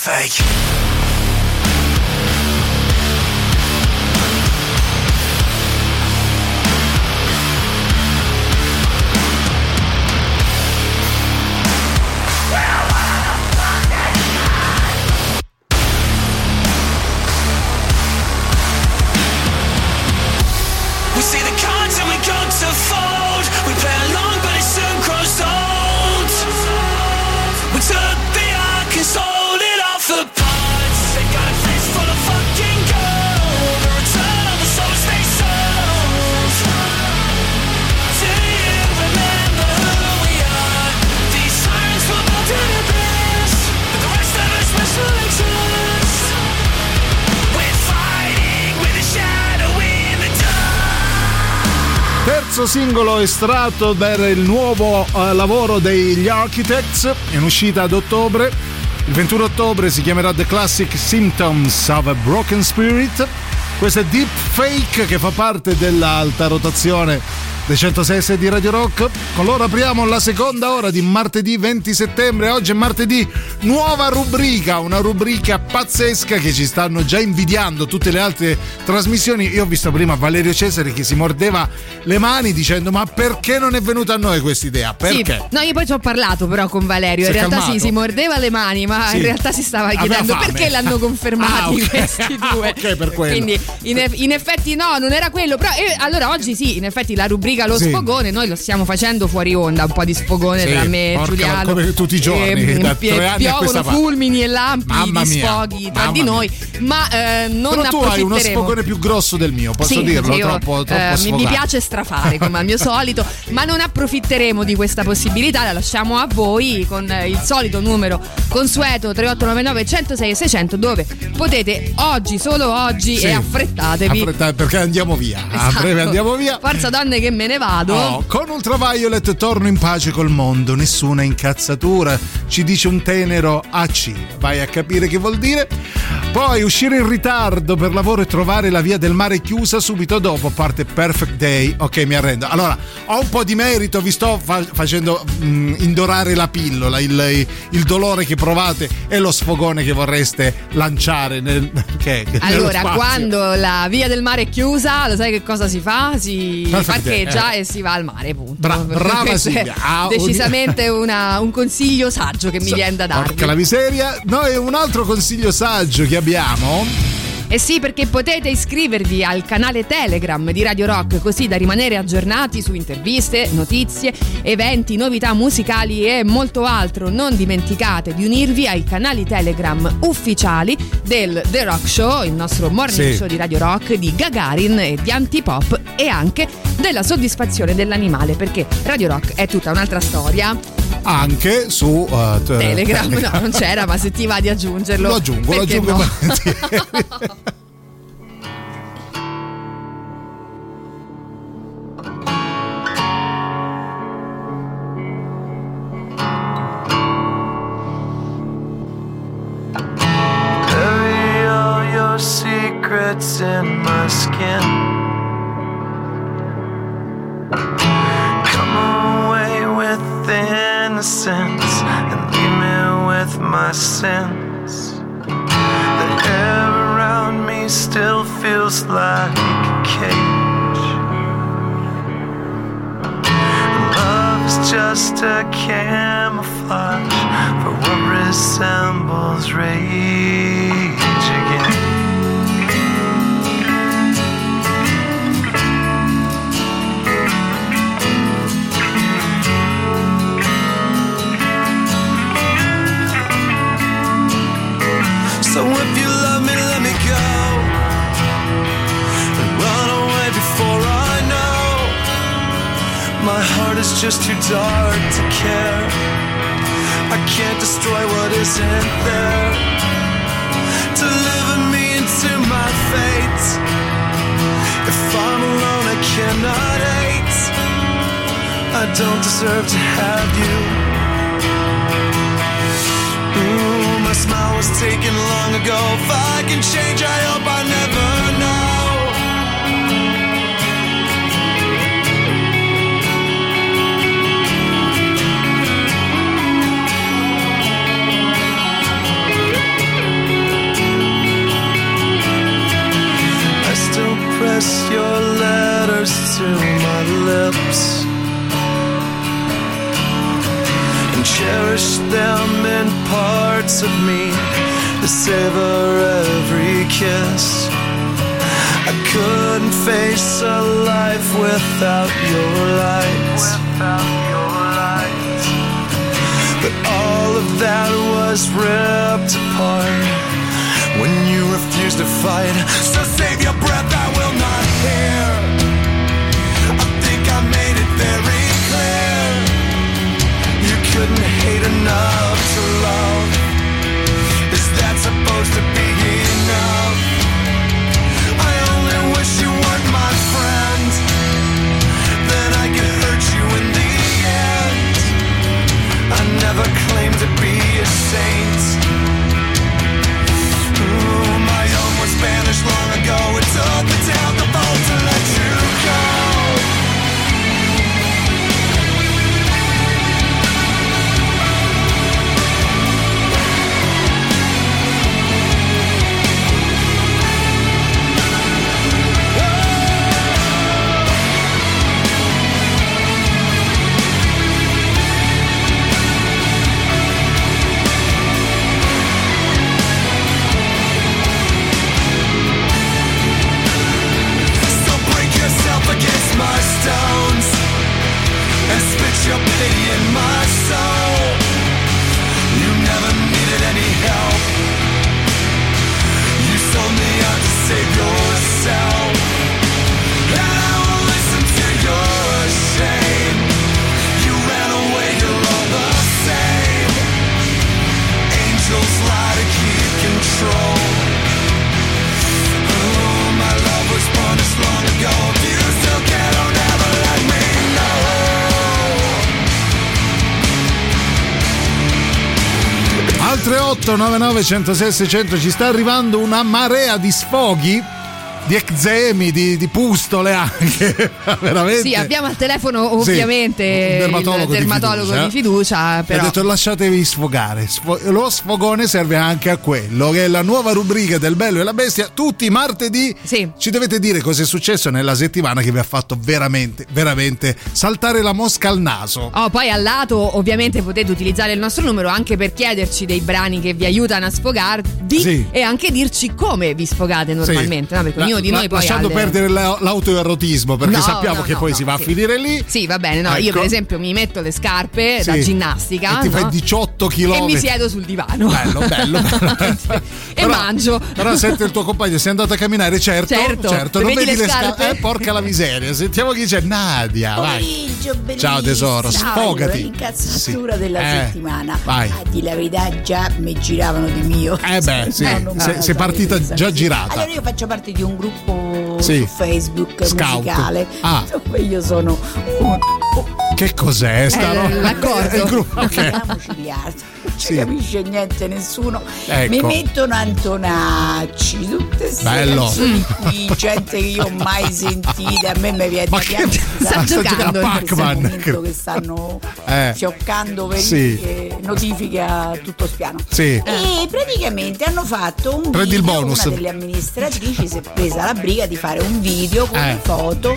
fake. We see the cards and we go to fold. We play along but it soon grows old. We took the ark and sold it off the parts. They got a face full of fucking gold. The return of the souls they sold. Do you remember who we are? These sirens will build an abyss, but the rest of us will still exist. We're fighting with a shadow in the dark. Terzo singolo estratto per il nuovo lavoro degli Architects, in uscita ad ottobre. Il 21 ottobre si chiamerà The Classic Symptoms of a Broken Spirit. Questo è Deep Fake, che fa parte dell'alta rotazione dei 106 di Radio Rock. Con loro apriamo la seconda ora di martedì 20 settembre. Oggi è martedì, nuova rubrica, una rubrica pazzesca che ci stanno già invidiando tutte le altre trasmissioni. Io ho visto prima Valerio Cesare che si mordeva le mani dicendo: ma perché non è venuta a noi questa idea? Perché? Sì. No, io poi ci ho parlato però con Valerio. In realtà sì, si mordeva le mani, ma sì, in realtà si stava chiedendo perché l'hanno confermati questi due. Ok, per quello. Quindi in effetti no, non era quello. Però allora oggi sì, in effetti la rubrica lo sfogone, noi lo stiamo facendo fuori onda, un po' di sfogone tra me e Giuliano, come tutti i giorni, da 3 anni a questa parte. Fulmini e lampi di sfoghi tra di noi, ma non però tu hai uno sfogone più grosso del mio, posso dirlo? Io, troppo mi piace strafare come al mio solito, ma non approfitteremo di questa possibilità, la lasciamo a voi con il solito numero consueto 3899 106 600, dove potete oggi, solo oggi, e affrettatevi perché andiamo via, a breve andiamo via. Forza donne che me ne vado. Con Ultraviolet torno in pace col mondo, nessuna incazzatura, ci dice un tenero AC, vai a capire che vuol dire. Poi uscire in ritardo per lavoro e trovare la via del mare chiusa subito dopo, parte Perfect Day. Ok, mi arrendo. Allora, ho un po' di merito, vi sto facendo indorare la pillola, il dolore che provate e lo sfogone che vorreste lanciare allora, quando la via del mare è chiusa, lo sai che cosa si fa? Si parcheggia e si va al mare, punto. Brava Silvia. Decisamente un consiglio saggio che mi viene da darvi. Porca la miseria. Noi un altro consiglio saggio che abbiamo. Eh sì, perché potete iscrivervi al canale Telegram di Radio Rock, così da rimanere aggiornati su interviste, notizie, eventi, novità musicali e molto altro. Non dimenticate di unirvi ai canali Telegram ufficiali del The Rock Show, il nostro morning show di Radio Rock, di Gagarin e di Antipop, e anche della soddisfazione dell'animale, perché Radio Rock è tutta un'altra storia. Anche su Telegram. No, non c'era, ma se ti va di aggiungerlo, lo aggiungo no? Bury all your secrets in my skin. Come away with innocence and leave me with my sins. The air around me still feels like a cage. Love is just a camouflage for what resembles rage again. So if you love me, let me go and run away before I know. My heart is just too dark to care. I can't destroy what isn't there. Deliver me into my fate. If I'm alone, I cannot hate. I don't deserve to have you. My smile was taken long ago. If I can change, I hope I never know. cherish them in parts of me, to savor every kiss. I couldn't face a life without your light. But all of that was ripped apart when you refused to fight. So save your breath, I will not hear. I think I made it very clear. You couldn't hate enough to love. Is that supposed to be enough? I only wish you weren't my friend. Then I could hurt you in the end. I never claimed to be a saint. Ooh, my own was banished long ago. It took me down the boat to let you go. Your pity in my soul. You never needed any help. You sold me out to save yourself. And I won't listen to your shame. You ran away, you're all the same. Angels lie to keep control. Oh, my love was punished long ago. If you still care, don't ever let me know. Altre 899 106 600, ci sta arrivando una marea di sfoghi, di eczemi, di pustole anche. Veramente. Sì, abbiamo al telefono ovviamente un dermatologo di fiducia, però ha detto lasciatevi sfogare. Lo sfogone serve anche a quello, che è la nuova rubrica del Bello e la Bestia. Tutti i martedì ci dovete dire cosa è successo nella settimana che vi ha fatto veramente saltare la mosca al naso. Poi al lato ovviamente potete utilizzare il nostro numero anche per chiederci dei brani che vi aiutano a sfogarvi e anche dirci come vi sfogate normalmente, no? Perché ognuno di noi poi lasciando perdere l'autoerotismo, perché sappiamo che poi si va a finire lì. Sì, va bene, ecco. Io per esempio mi metto le scarpe da ginnastica e ti fai 18 km e mi siedo sul divano. Bello. E mangio. Però sente il tuo compagno, sei andato a camminare, certo. Non vedi le scarpe? Porca la miseria. Sentiamo chi c'è. Nadia, vai. Ciao tesoro, sfogati. L'incazzatura della settimana. Vai. Di la verità già mi giravano di mio. Sei partita già girata. Allora io faccio parte di un gruppo su Facebook Scout. Musicale dove io sono che cos'è sta l'accordo? Il gruppo, okay. Non ci capisce niente nessuno. Ecco. Mi mettono Antonacci, tutte queste di gente che io ho mai sentite. A me mi viene da piangere. Sta giocando a Pac-Man che stanno fioccando notifiche a tutto spiano. E praticamente hanno fatto un prendi video, il bonus. una delle amministratrici si è presa la briga di fare un video con le foto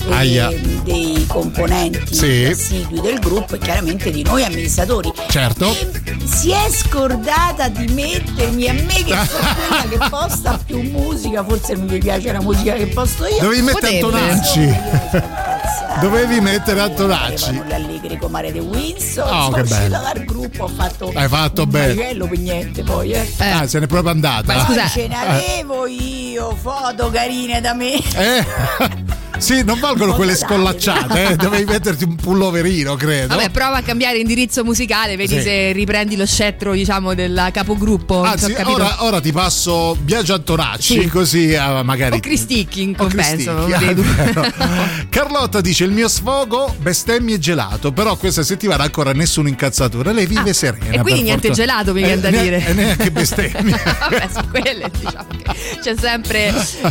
dei componenti assidui del gruppo e chiaramente di noi amministratori. Certo. E si è scordata di mettermi a me che sono quella che posta più musica, forse non mi piace la musica che posto io. Dovevi mettere Antonacci. Dovevi mettere Antonacci. Le allegre comare di Winston. Sono uscita dal gruppo, ho fatto un macello per niente poi. Se n'è proprio andata. Ma scusa, ce n'avevo io foto carine da me. Sì, non valgono quelle scollacciate, dovevi metterti un pulloverino, credo. Vabbè, prova a cambiare indirizzo musicale, vedi se riprendi lo scettro, diciamo, del capogruppo. Anzi, ora ti passo Biagio Antonacci, così magari. O Cristicchi in compenso. Carlotta dice: il mio sfogo, bestemmie gelato. Però questa settimana ancora nessuno incazzatura. Lei vive serena. E quindi niente gelato, mi viene da dire. E neanche bestemmie. Vabbè, su quelle diciamo che c'è sempre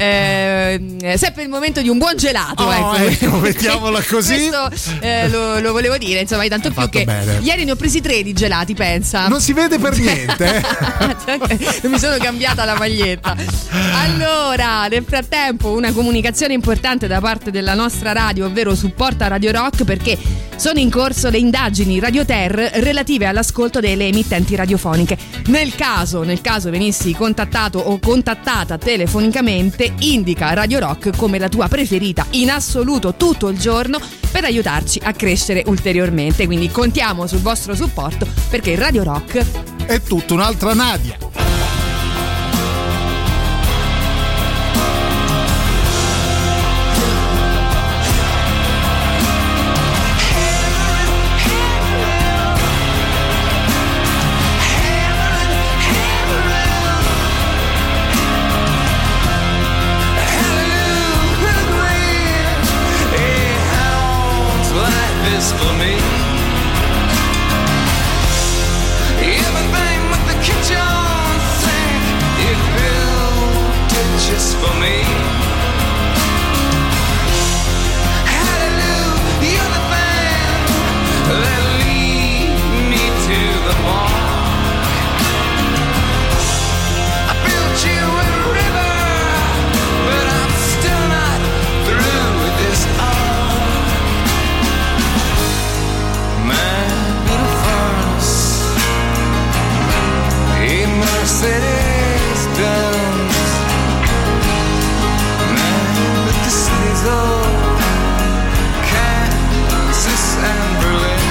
il momento di un buon gelato. Ecco, mettiamola così. Questo lo volevo dire, insomma, tanto più che ieri ne ho presi 3 di gelati, pensa. Non si vede per niente. Non mi sono cambiata la maglietta. Allora, nel frattempo una comunicazione importante da parte della nostra radio, ovvero Supporta Radio Rock, perché sono in corso le indagini Radioter relative all'ascolto delle emittenti radiofoniche. Nel caso venissi contattato o contattata telefonicamente, indica Radio Rock come la tua preferita in assoluto tutto il giorno per aiutarci a crescere ulteriormente. Quindi contiamo sul vostro supporto, perché Radio Rock è tutta un'altra Nadia. For me, everything with the kitchen sink, it built it just for me. Hallelujah, you're the thing that lead me to the mark. I built you a river, but I'm still not through with this art. Mercedes Benz, man, but the city's old, Kansas and Berlin.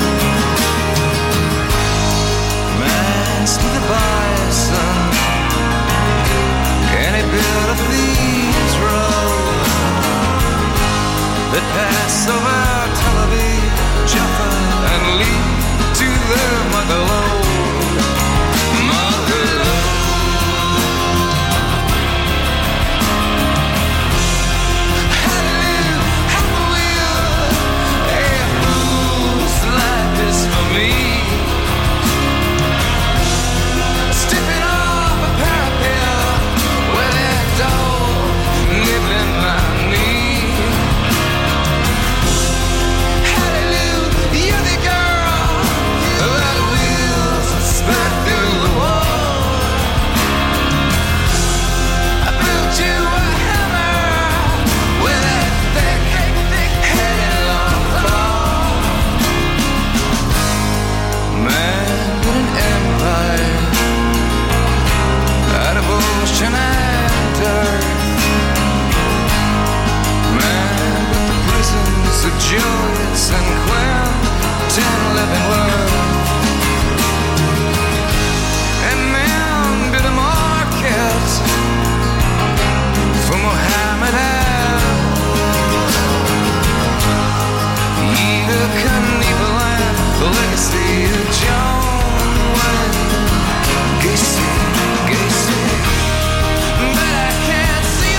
Man's with a bison, and he built a thieves road that pass over Tel Aviv, Jaffa, and lead to the Motherlode. Julius and Quentin Leavenworth, and then built a market for Muhammad Eva Knievel and the legacy of John Wayne Gacy. But I can't see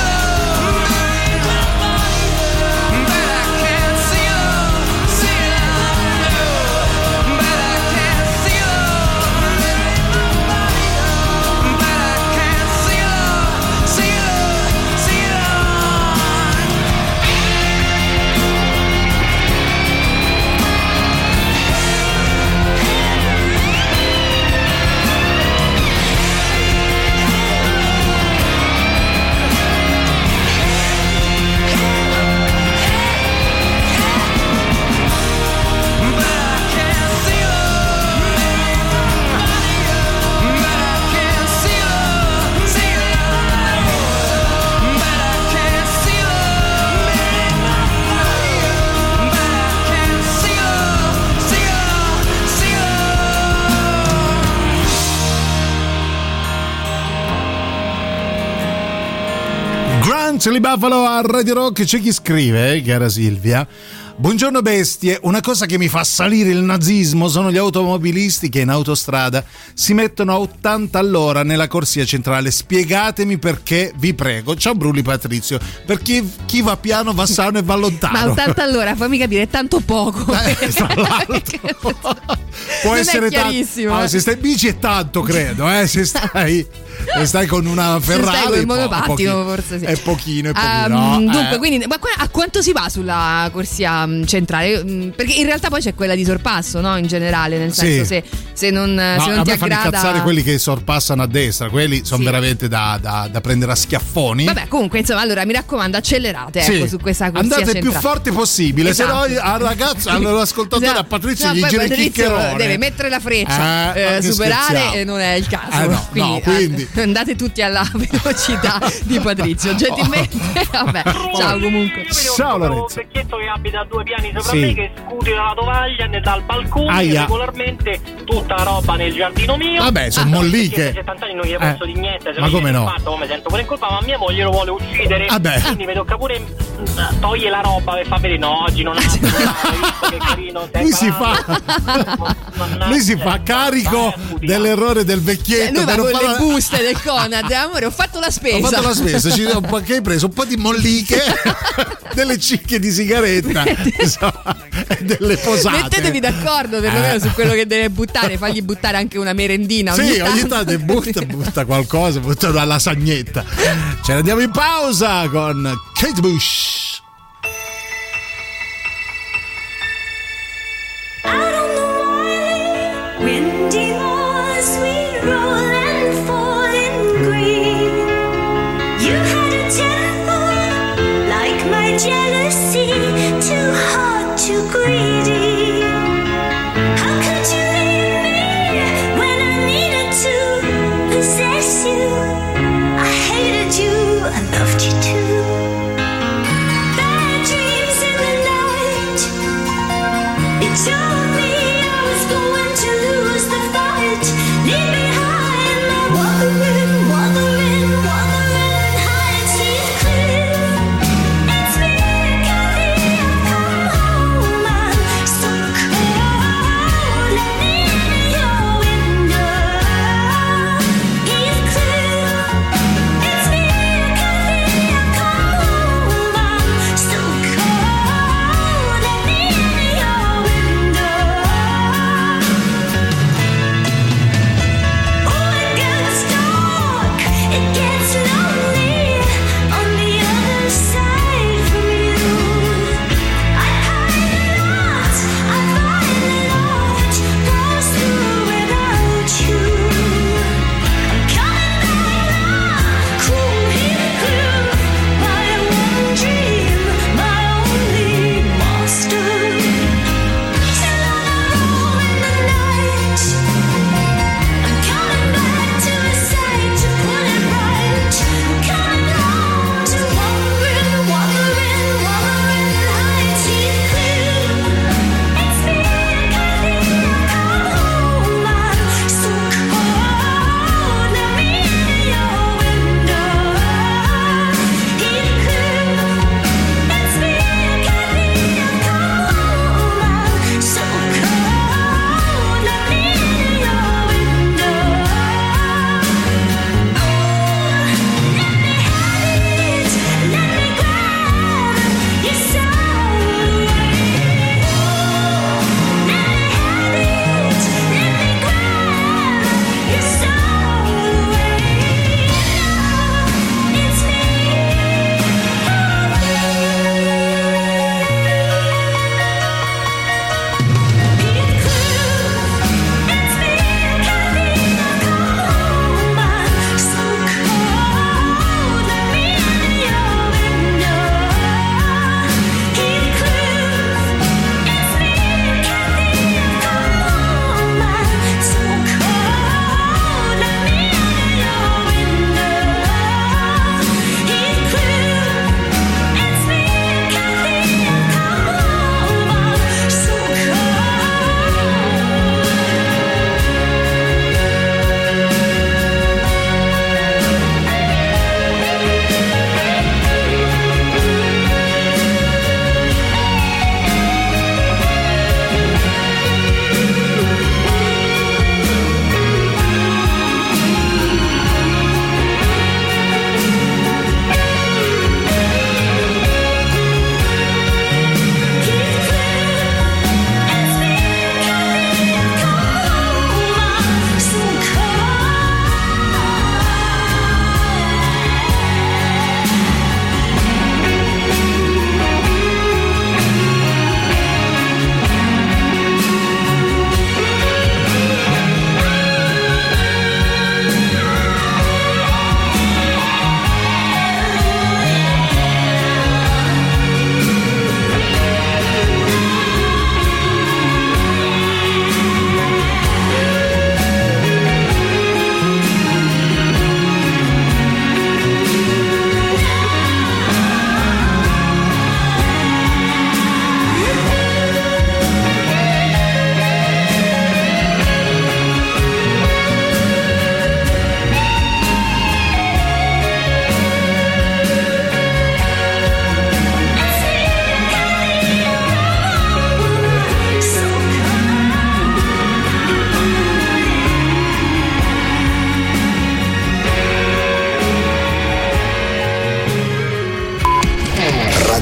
Silly Buffalo a Radio Rock. C'è chi scrive, cara Silvia: buongiorno bestie, una cosa che mi fa salire il nazismo sono gli automobilisti che in autostrada si mettono a 80 all'ora nella corsia centrale. Spiegatemi perché, vi prego. Ciao Bruli Patrizio. Perché chi va piano va sano e va lontano. Ma 80 all'ora, fammi capire, è tanto poco. Tra l'altro può non essere è chiarissimo. Allora, se stai in bici è tanto, credo, se stai con una Ferrari, stai con il monopattino, forse sì. È pochino. Dunque, quindi, ma a quanto si va sulla corsia via centrale, perché in realtà poi c'è quella di sorpasso, no? In generale, nel senso se non ti aggrada. Fanno incazzare quelli che sorpassano a destra, quelli sono veramente da prendere a schiaffoni. Vabbè, comunque insomma, allora mi raccomando, accelerate ecco, su questa corsia andate centrale. più forte possibile, esatto. Se no al ragazzo, all'ascoltatore, a Patrizio gli gira il chiccherone. Deve mettere la freccia, superare non è il caso. Quindi andate tutti alla velocità di Patrizio. Gentilmente, vabbè. Ciao comunque. Ciao Lorenzo. Un vecchietto che abita a 2 piani sopra me che scuti dalla tovaglia dal balcone regolarmente tutta la roba nel giardino mio. Vabbè, sono molliche. 70 anni non gli posso di niente, se ma come no? Fatto, mi sento pure in colpa, ma mia moglie lo vuole uccidere. Quindi mi tocca pure toglie la roba per far vedere no, oggi non ha visto che carino. Lui si fa carico dell'errore del vecchietto. Lui va con le buste del Conad, amore, ho fatto la spesa. Che hai preso un po' di molliche, delle cicche di sigaretta, delle posate. Mettetevi d'accordo perlomeno su quello che deve buttare, fagli buttare anche una merendina. Ogni tanto butta qualcosa, butta una lasagnetta. Ce ne andiamo in pausa con Kate Bush. Jealousy, too hard, too greedy. How could you leave me when I needed to possess you? I hated you, I loved you too.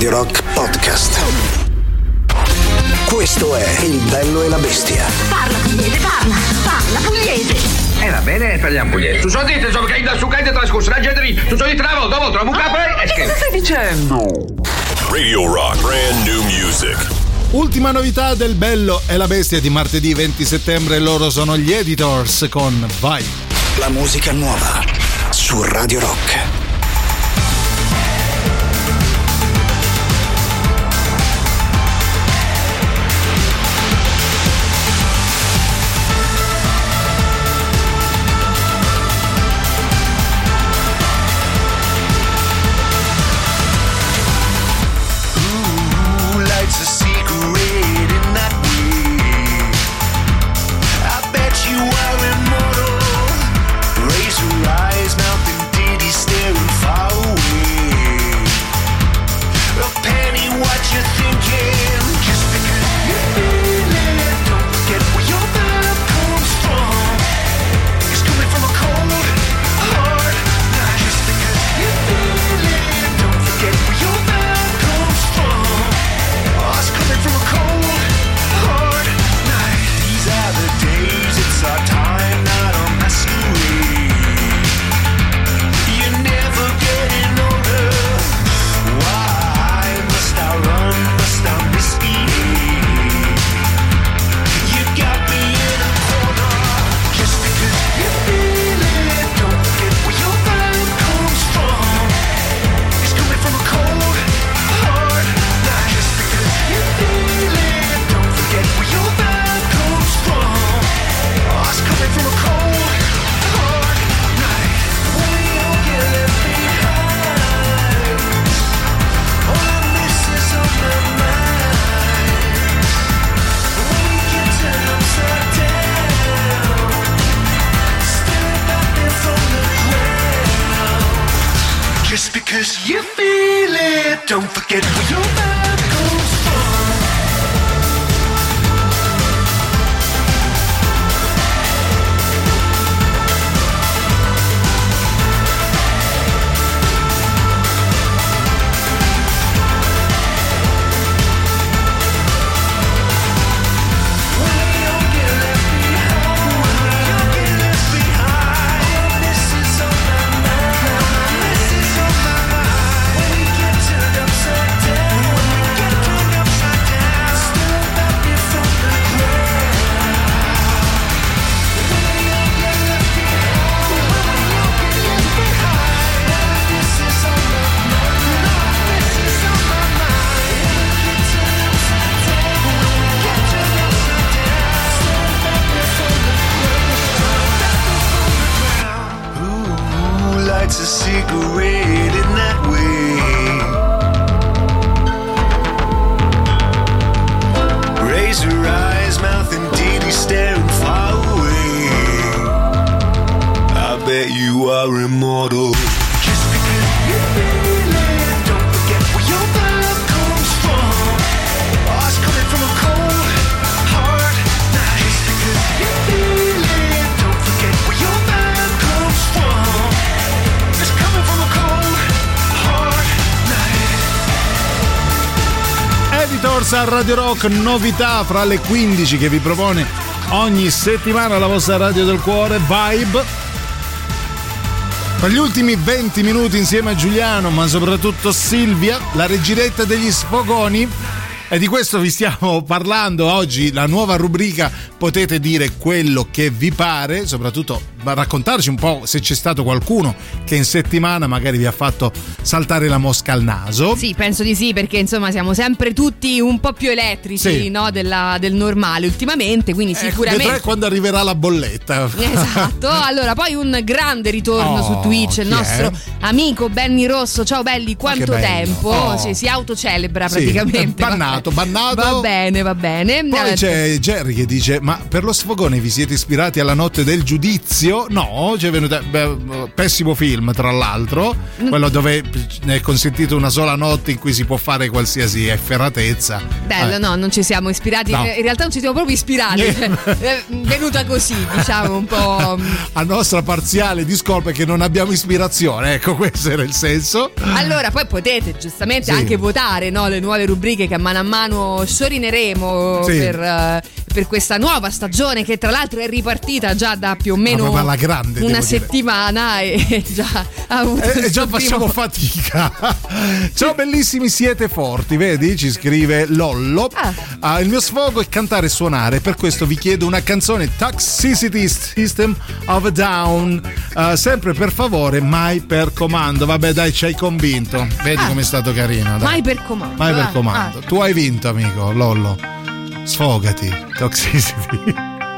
Radio Rock Podcast. Questo è Il Bello e la Bestia. Parla pugliese, parla pugliese. Va bene, parliamo pugliese. Tu so dite, insomma, che da su cade trascorso la gente lì. Tu so dite una volta, trovo un capo e che cosa stai dicendo? Radio Rock, brand new music. Ultima novità del Bello e la Bestia di martedì 20 settembre, loro sono gli Editors con Vai. La musica nuova su Radio Rock. Don't forget where your mind comes from. A cigarette in that way. Razor eyes, mouth and titty staring far away. I bet you are immortal. Just because you feel it, don't forget where your love comes from. Oh, it's coming from a cold, hard night. Just because you feel it, don't forget where your love comes from. Editors a Radio Rock, novità fra le 15 che vi propone ogni settimana la vostra radio del cuore, Vibe. Per gli ultimi 20 minuti insieme a Giuliano, ma soprattutto Silvia, la regiretta degli sfogoni. E di questo vi stiamo parlando oggi, la nuova rubrica Potete dire quello che vi pare, soprattutto raccontarci un po' se c'è stato qualcuno che in settimana magari vi ha fatto saltare la mosca al naso. Sì, penso di sì, perché insomma siamo sempre tutti un po' più elettrici, sì, no, del normale ultimamente, quindi sicuramente vedrai quando arriverà la bolletta. Esatto. Allora, poi un grande ritorno su Twitch, il nostro amico Benny Rosso. Ciao belli, quanto tempo. Si autocelebra praticamente. Sì, bannato. Va bene. Poi c'è Jerry che dice: ma per lo sfogone vi siete ispirati alla notte del giudizio? No, c'è venuta pessimo film, tra l'altro, quello dove ne è consentito una sola notte in cui si può fare qualsiasi efferatezza. Bello, no, non ci siamo ispirati, no. In realtà non ci siamo proprio ispirati. È venuta così, diciamo, un po'. A nostra parziale discolpa che non abbiamo ispirazione, ecco, questo era il senso. Allora, poi potete giustamente anche votare, no, le nuove rubriche che a mano scioриneremo per questa nuova stagione, che tra l'altro è ripartita già da più o meno alla grande, una settimana e già ha avuto e già facciamo fatica. Ciao bellissimi, siete forti, vedi? Ci scrive Lollo. Il mio sfogo è cantare e suonare, per questo vi chiedo una canzone, Toxicity System of a Down, sempre per favore, mai per comando. Vabbè dai, ci hai convinto, vedi com'è stato carino, dai. Mai per comando. Tu hai vinto, amico Lollo, sfogati. Toxicity.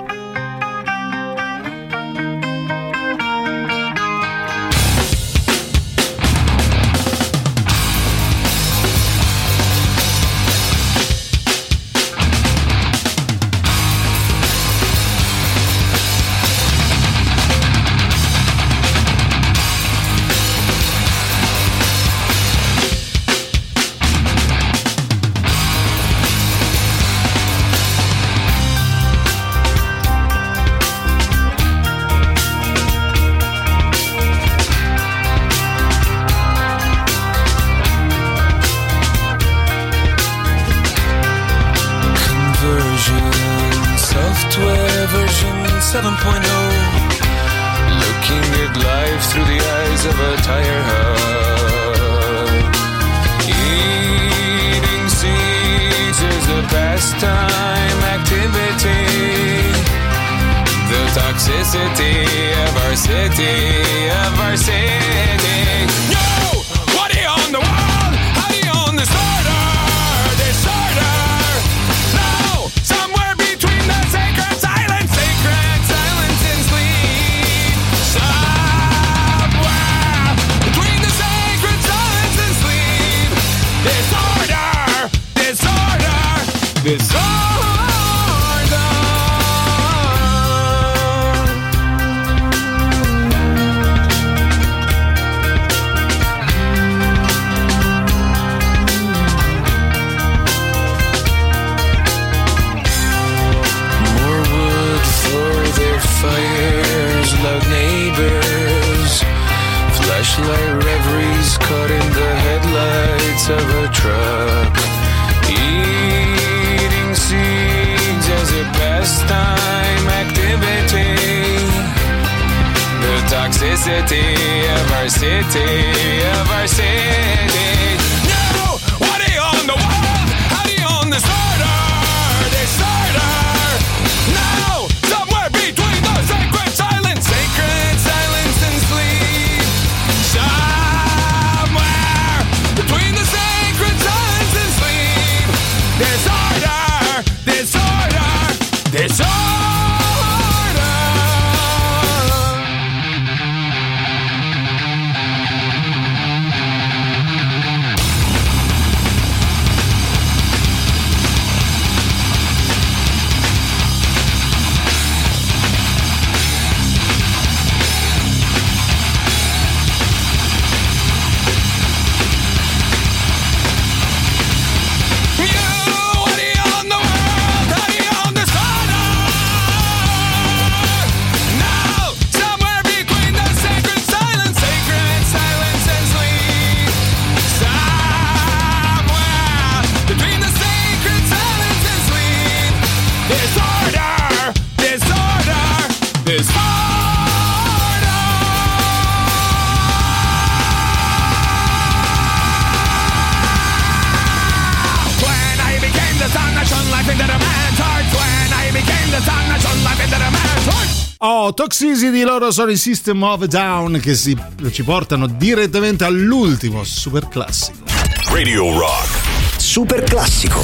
Toxicity, loro sono i System of a Down che ci portano direttamente all'ultimo super classico. Radio Rock Super classico.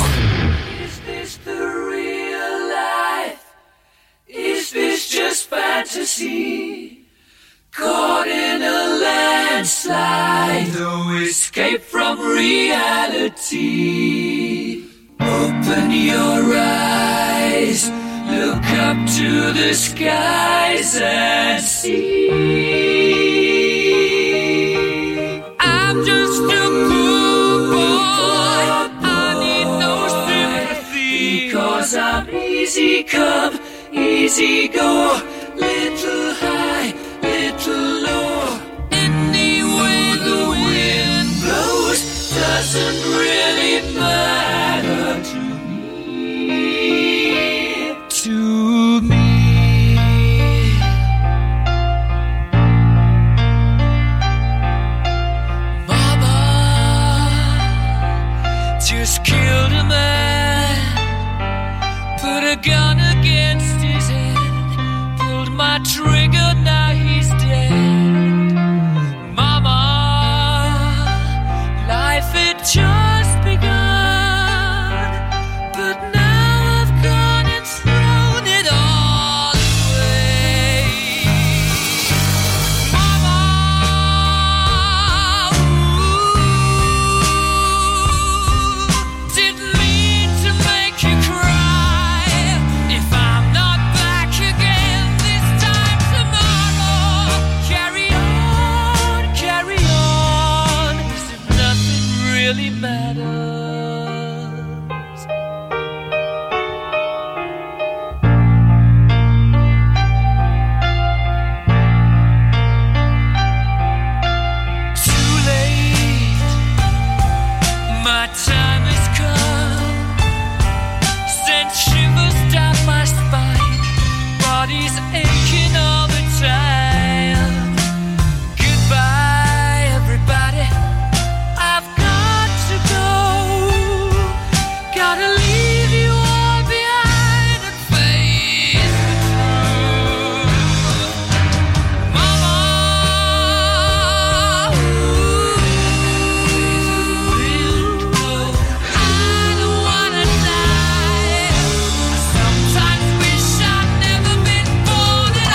Is this the real life? Is this just fantasy? Caught in a landslide, no escape from reality. Open your eyes, look up to the skies and see. I'm just a poor boy, I need no sympathy, because I'm easy come, easy go, little high, little low. Any way the wind blows doesn't really matter to me. To me. Mama just killed a man, put a gun against his head, pulled my trigger, now he's dead. Mama, life had just begun, but now I've gone and thrown it all away. Mama, didn't mean to make you cry. If I'm not back again this time tomorrow, carry on, as if nothing really matters. Too late, my time has come, sent shivers down my spine, body's aching all the time. Goodbye, everybody, I've got to go, gotta leave you all behind and face the truth. Mama, I don't wanna die. I sometimes wish I'd never been born at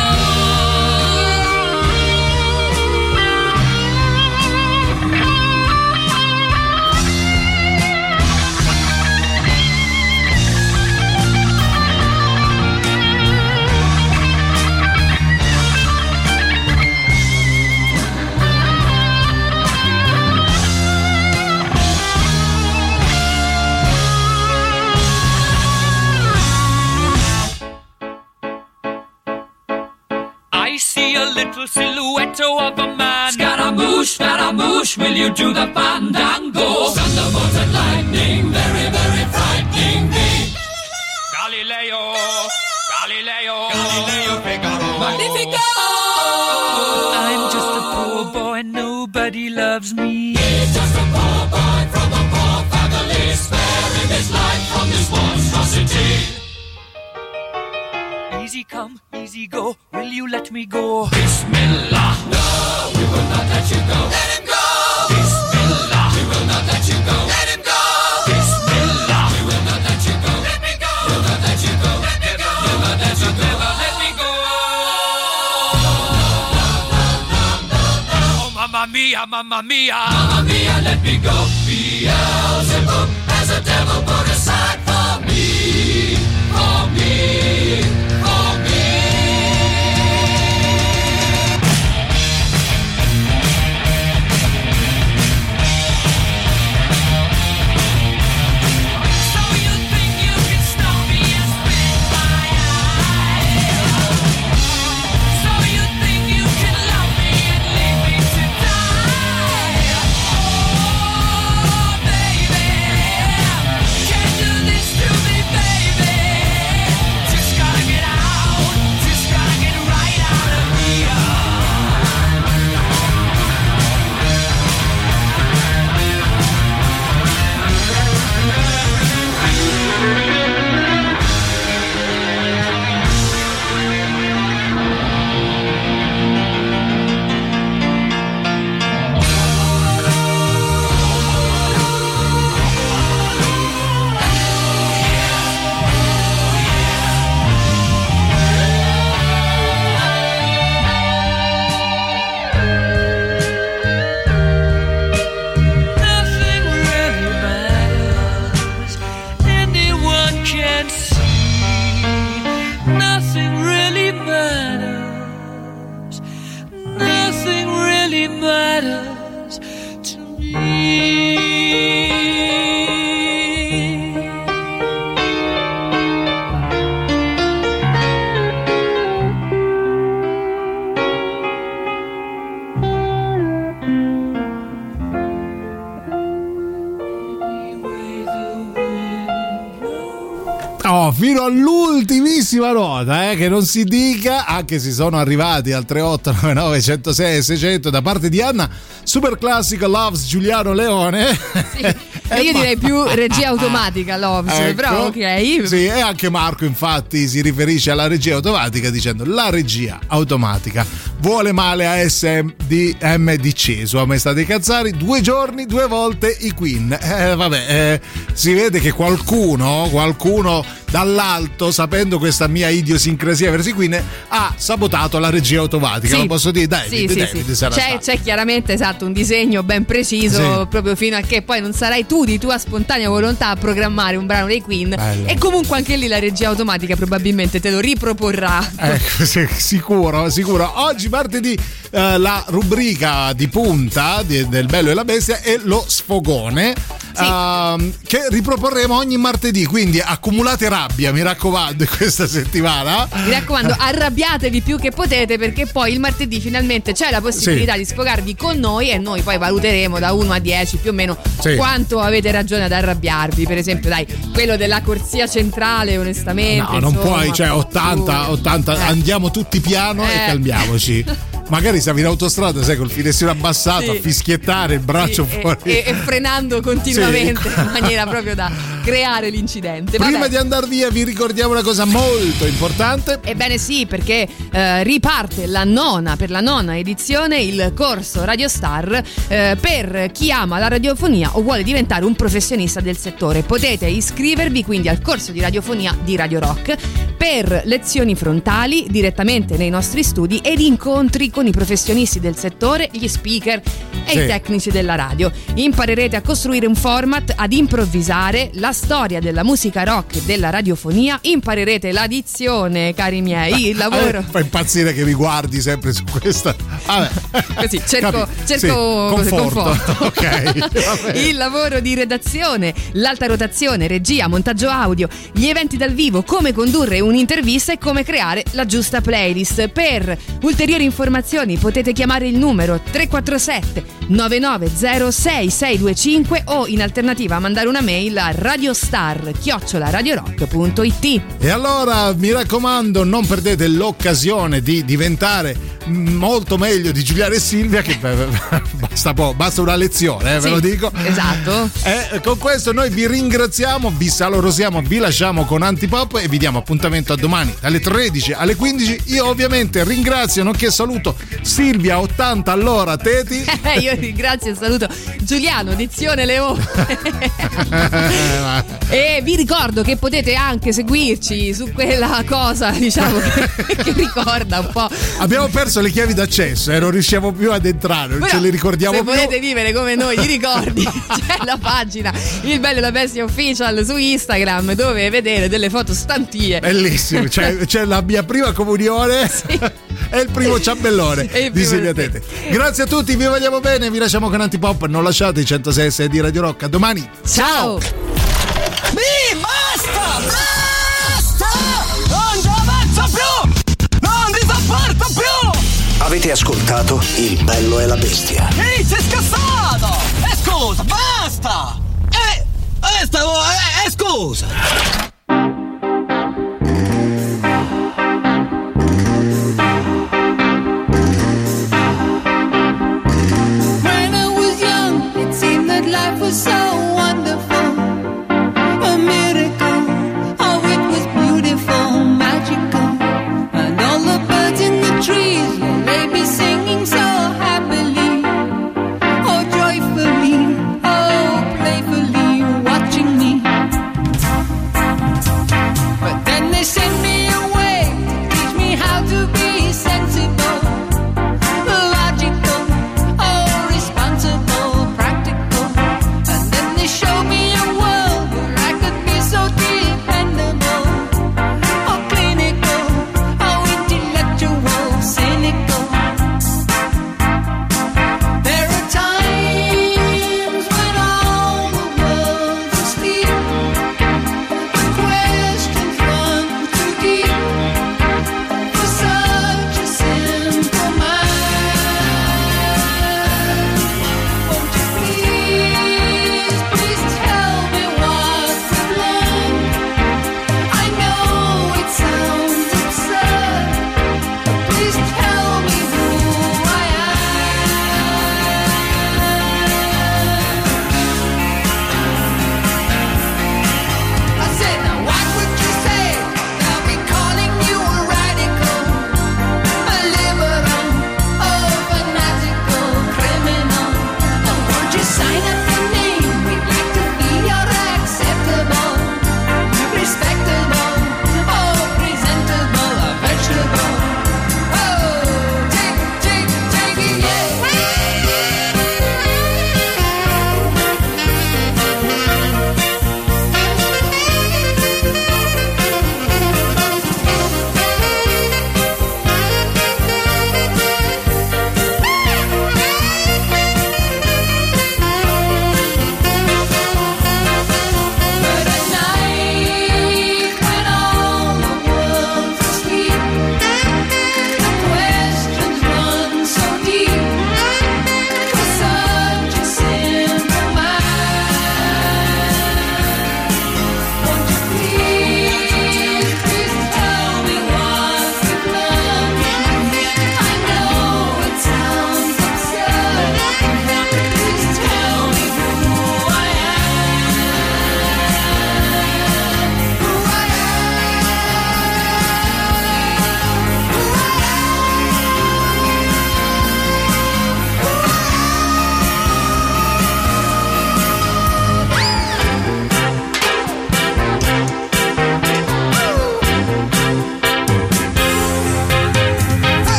I see a little silhouette of a man. Scaramouche, will you do the fandango? Thunderbolt and lightning, very, very frightening me. Galileo, Figaro. Magnifico! I'm just a poor boy, nobody loves me. He's just a poor boy from a poor family, sparing his life from this monstrosity. Easy come, easy go, will you let me go? Bismillah, no, we will not let you go. Let him go! Bismillah, we will not let you go. Let him go! Bismillah, we will not let you go. Let me go! We'll not let you go. Let me go! We'll not let you go. Never let me go. Oh, mamma mia, mamma mia. Mamma mia, let me go. Beelzebub has a devil put aside for me. For me. For me. So you think you can stop me and spit my eye? So you think you can love me and leave me to die? Oh, baby, can't do this to me, baby. Just matters to me. Fino all'ultimissima nota, che non si dica, anche se sono arrivati al 3899 106 600 da parte di Anna. Super classico Loves Giuliano Leone. Sì. Io direi più regia automatica Loves, ecco, però ok. Sì, e anche Marco infatti si riferisce alla regia automatica dicendo: la regia automatica vuole male a SMDC, Sua Maestà dei Cazzari, 2 giorni 2 volte i Queen. Si vede che qualcuno dall'alto, sapendo questa mia idiosincrasia verso i Queen, ha sabotato la regia automatica. Sì. Lo posso dire? David sarà c'è chiaramente, esatto, un disegno ben preciso, proprio fino a che poi non sarai tu di tua spontanea volontà a programmare un brano dei Queen. Bello. E comunque anche lì la regia automatica probabilmente te lo riproporrà. Ecco, sicuro. Oggi martedì la rubrica di punta del Bello e la Bestia è lo sfogone, che riproporremo ogni martedì, quindi accumulate rabbia, mi raccomando, in questa settimana. Mi raccomando, arrabbiatevi più che potete, perché poi il martedì finalmente c'è la possibilità di sfogarvi con noi e noi poi valuteremo da 1 a 10 più o meno quanto avete ragione ad arrabbiarvi. Per esempio, dai, quello della corsia centrale, onestamente. No, non puoi, 80, andiamo tutti piano e calmiamoci. Magari stavi in autostrada, sai, col finestrino abbassato, a fischiettare il braccio fuori e frenando continuamente in maniera proprio da creare l'incidente. Prima di andare via vi ricordiamo una cosa molto importante. Ebbene sì, perché riparte per la nona edizione il corso Radio Star per chi ama la radiofonia o vuole diventare un professionista del settore. Potete iscrivervi quindi al corso di radiofonia di Radio Rock per lezioni frontali direttamente nei nostri studi ed incontri con i professionisti del settore, gli speaker e i tecnici della radio. Imparerete a costruire un format, ad improvvisare, la storia della musica rock e della radiofonia, imparerete la dizione, cari miei, il lavoro. Fa impazzire che mi guardi sempre su questa. Vabbè. Così cerco conforto. Ok. Il lavoro di redazione, l'alta rotazione, regia, montaggio audio, gli eventi dal vivo, come condurre un'intervista e come creare la giusta playlist. Per ulteriori informazioni potete chiamare il numero 347 9906 o in alternativa mandare una mail a radiostar@radiorock.it. E allora mi raccomando, non perdete l'occasione di diventare molto meglio di Giuliano e Silvia, che basta una lezione, ve lo dico. Esatto. Con questo noi vi ringraziamo, vi salorosiamo, vi lasciamo con Antipop e vi diamo appuntamento a domani dalle 13 alle 15. Io ovviamente ringrazio, nonché saluto Silvia 80 all'ora Teti. Io ringrazio e saluto Giuliano Dizione Leone. E vi ricordo che potete anche seguirci su quella cosa, diciamo, che ricorda un po'. Abbiamo perso le chiavi d'accesso e non riusciamo più ad entrare, non ce le ricordiamo più. Se volete vivere come noi i ricordi, c'è la pagina Il Bello e la Bestia Official su Instagram, dove vedere delle foto stantie. Bellissimo, c'è la mia prima comunione e il primo ciambellone di Silvia Tete. Grazie a tutti, vi vogliamo bene, vi lasciamo con Antipop, non lasciate i 106 di Radio Rock. A domani. Ciao. Basta! Non ci avanzo più! Non ti sopporto più! Avete ascoltato Il Bello e la Bestia? Ehi, sei scassato! Scusa, basta! Scusa! Life was so wonderful, a miracle. Oh, it was beautiful, magical. And all the birds in the trees, they be singing so happily, oh joyfully, oh playfully, watching me.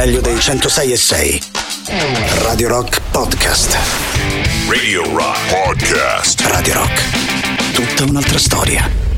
meglio dei 106.6. Radio Rock Podcast. Radio Rock Podcast. Radio Rock. Tutta un'altra storia.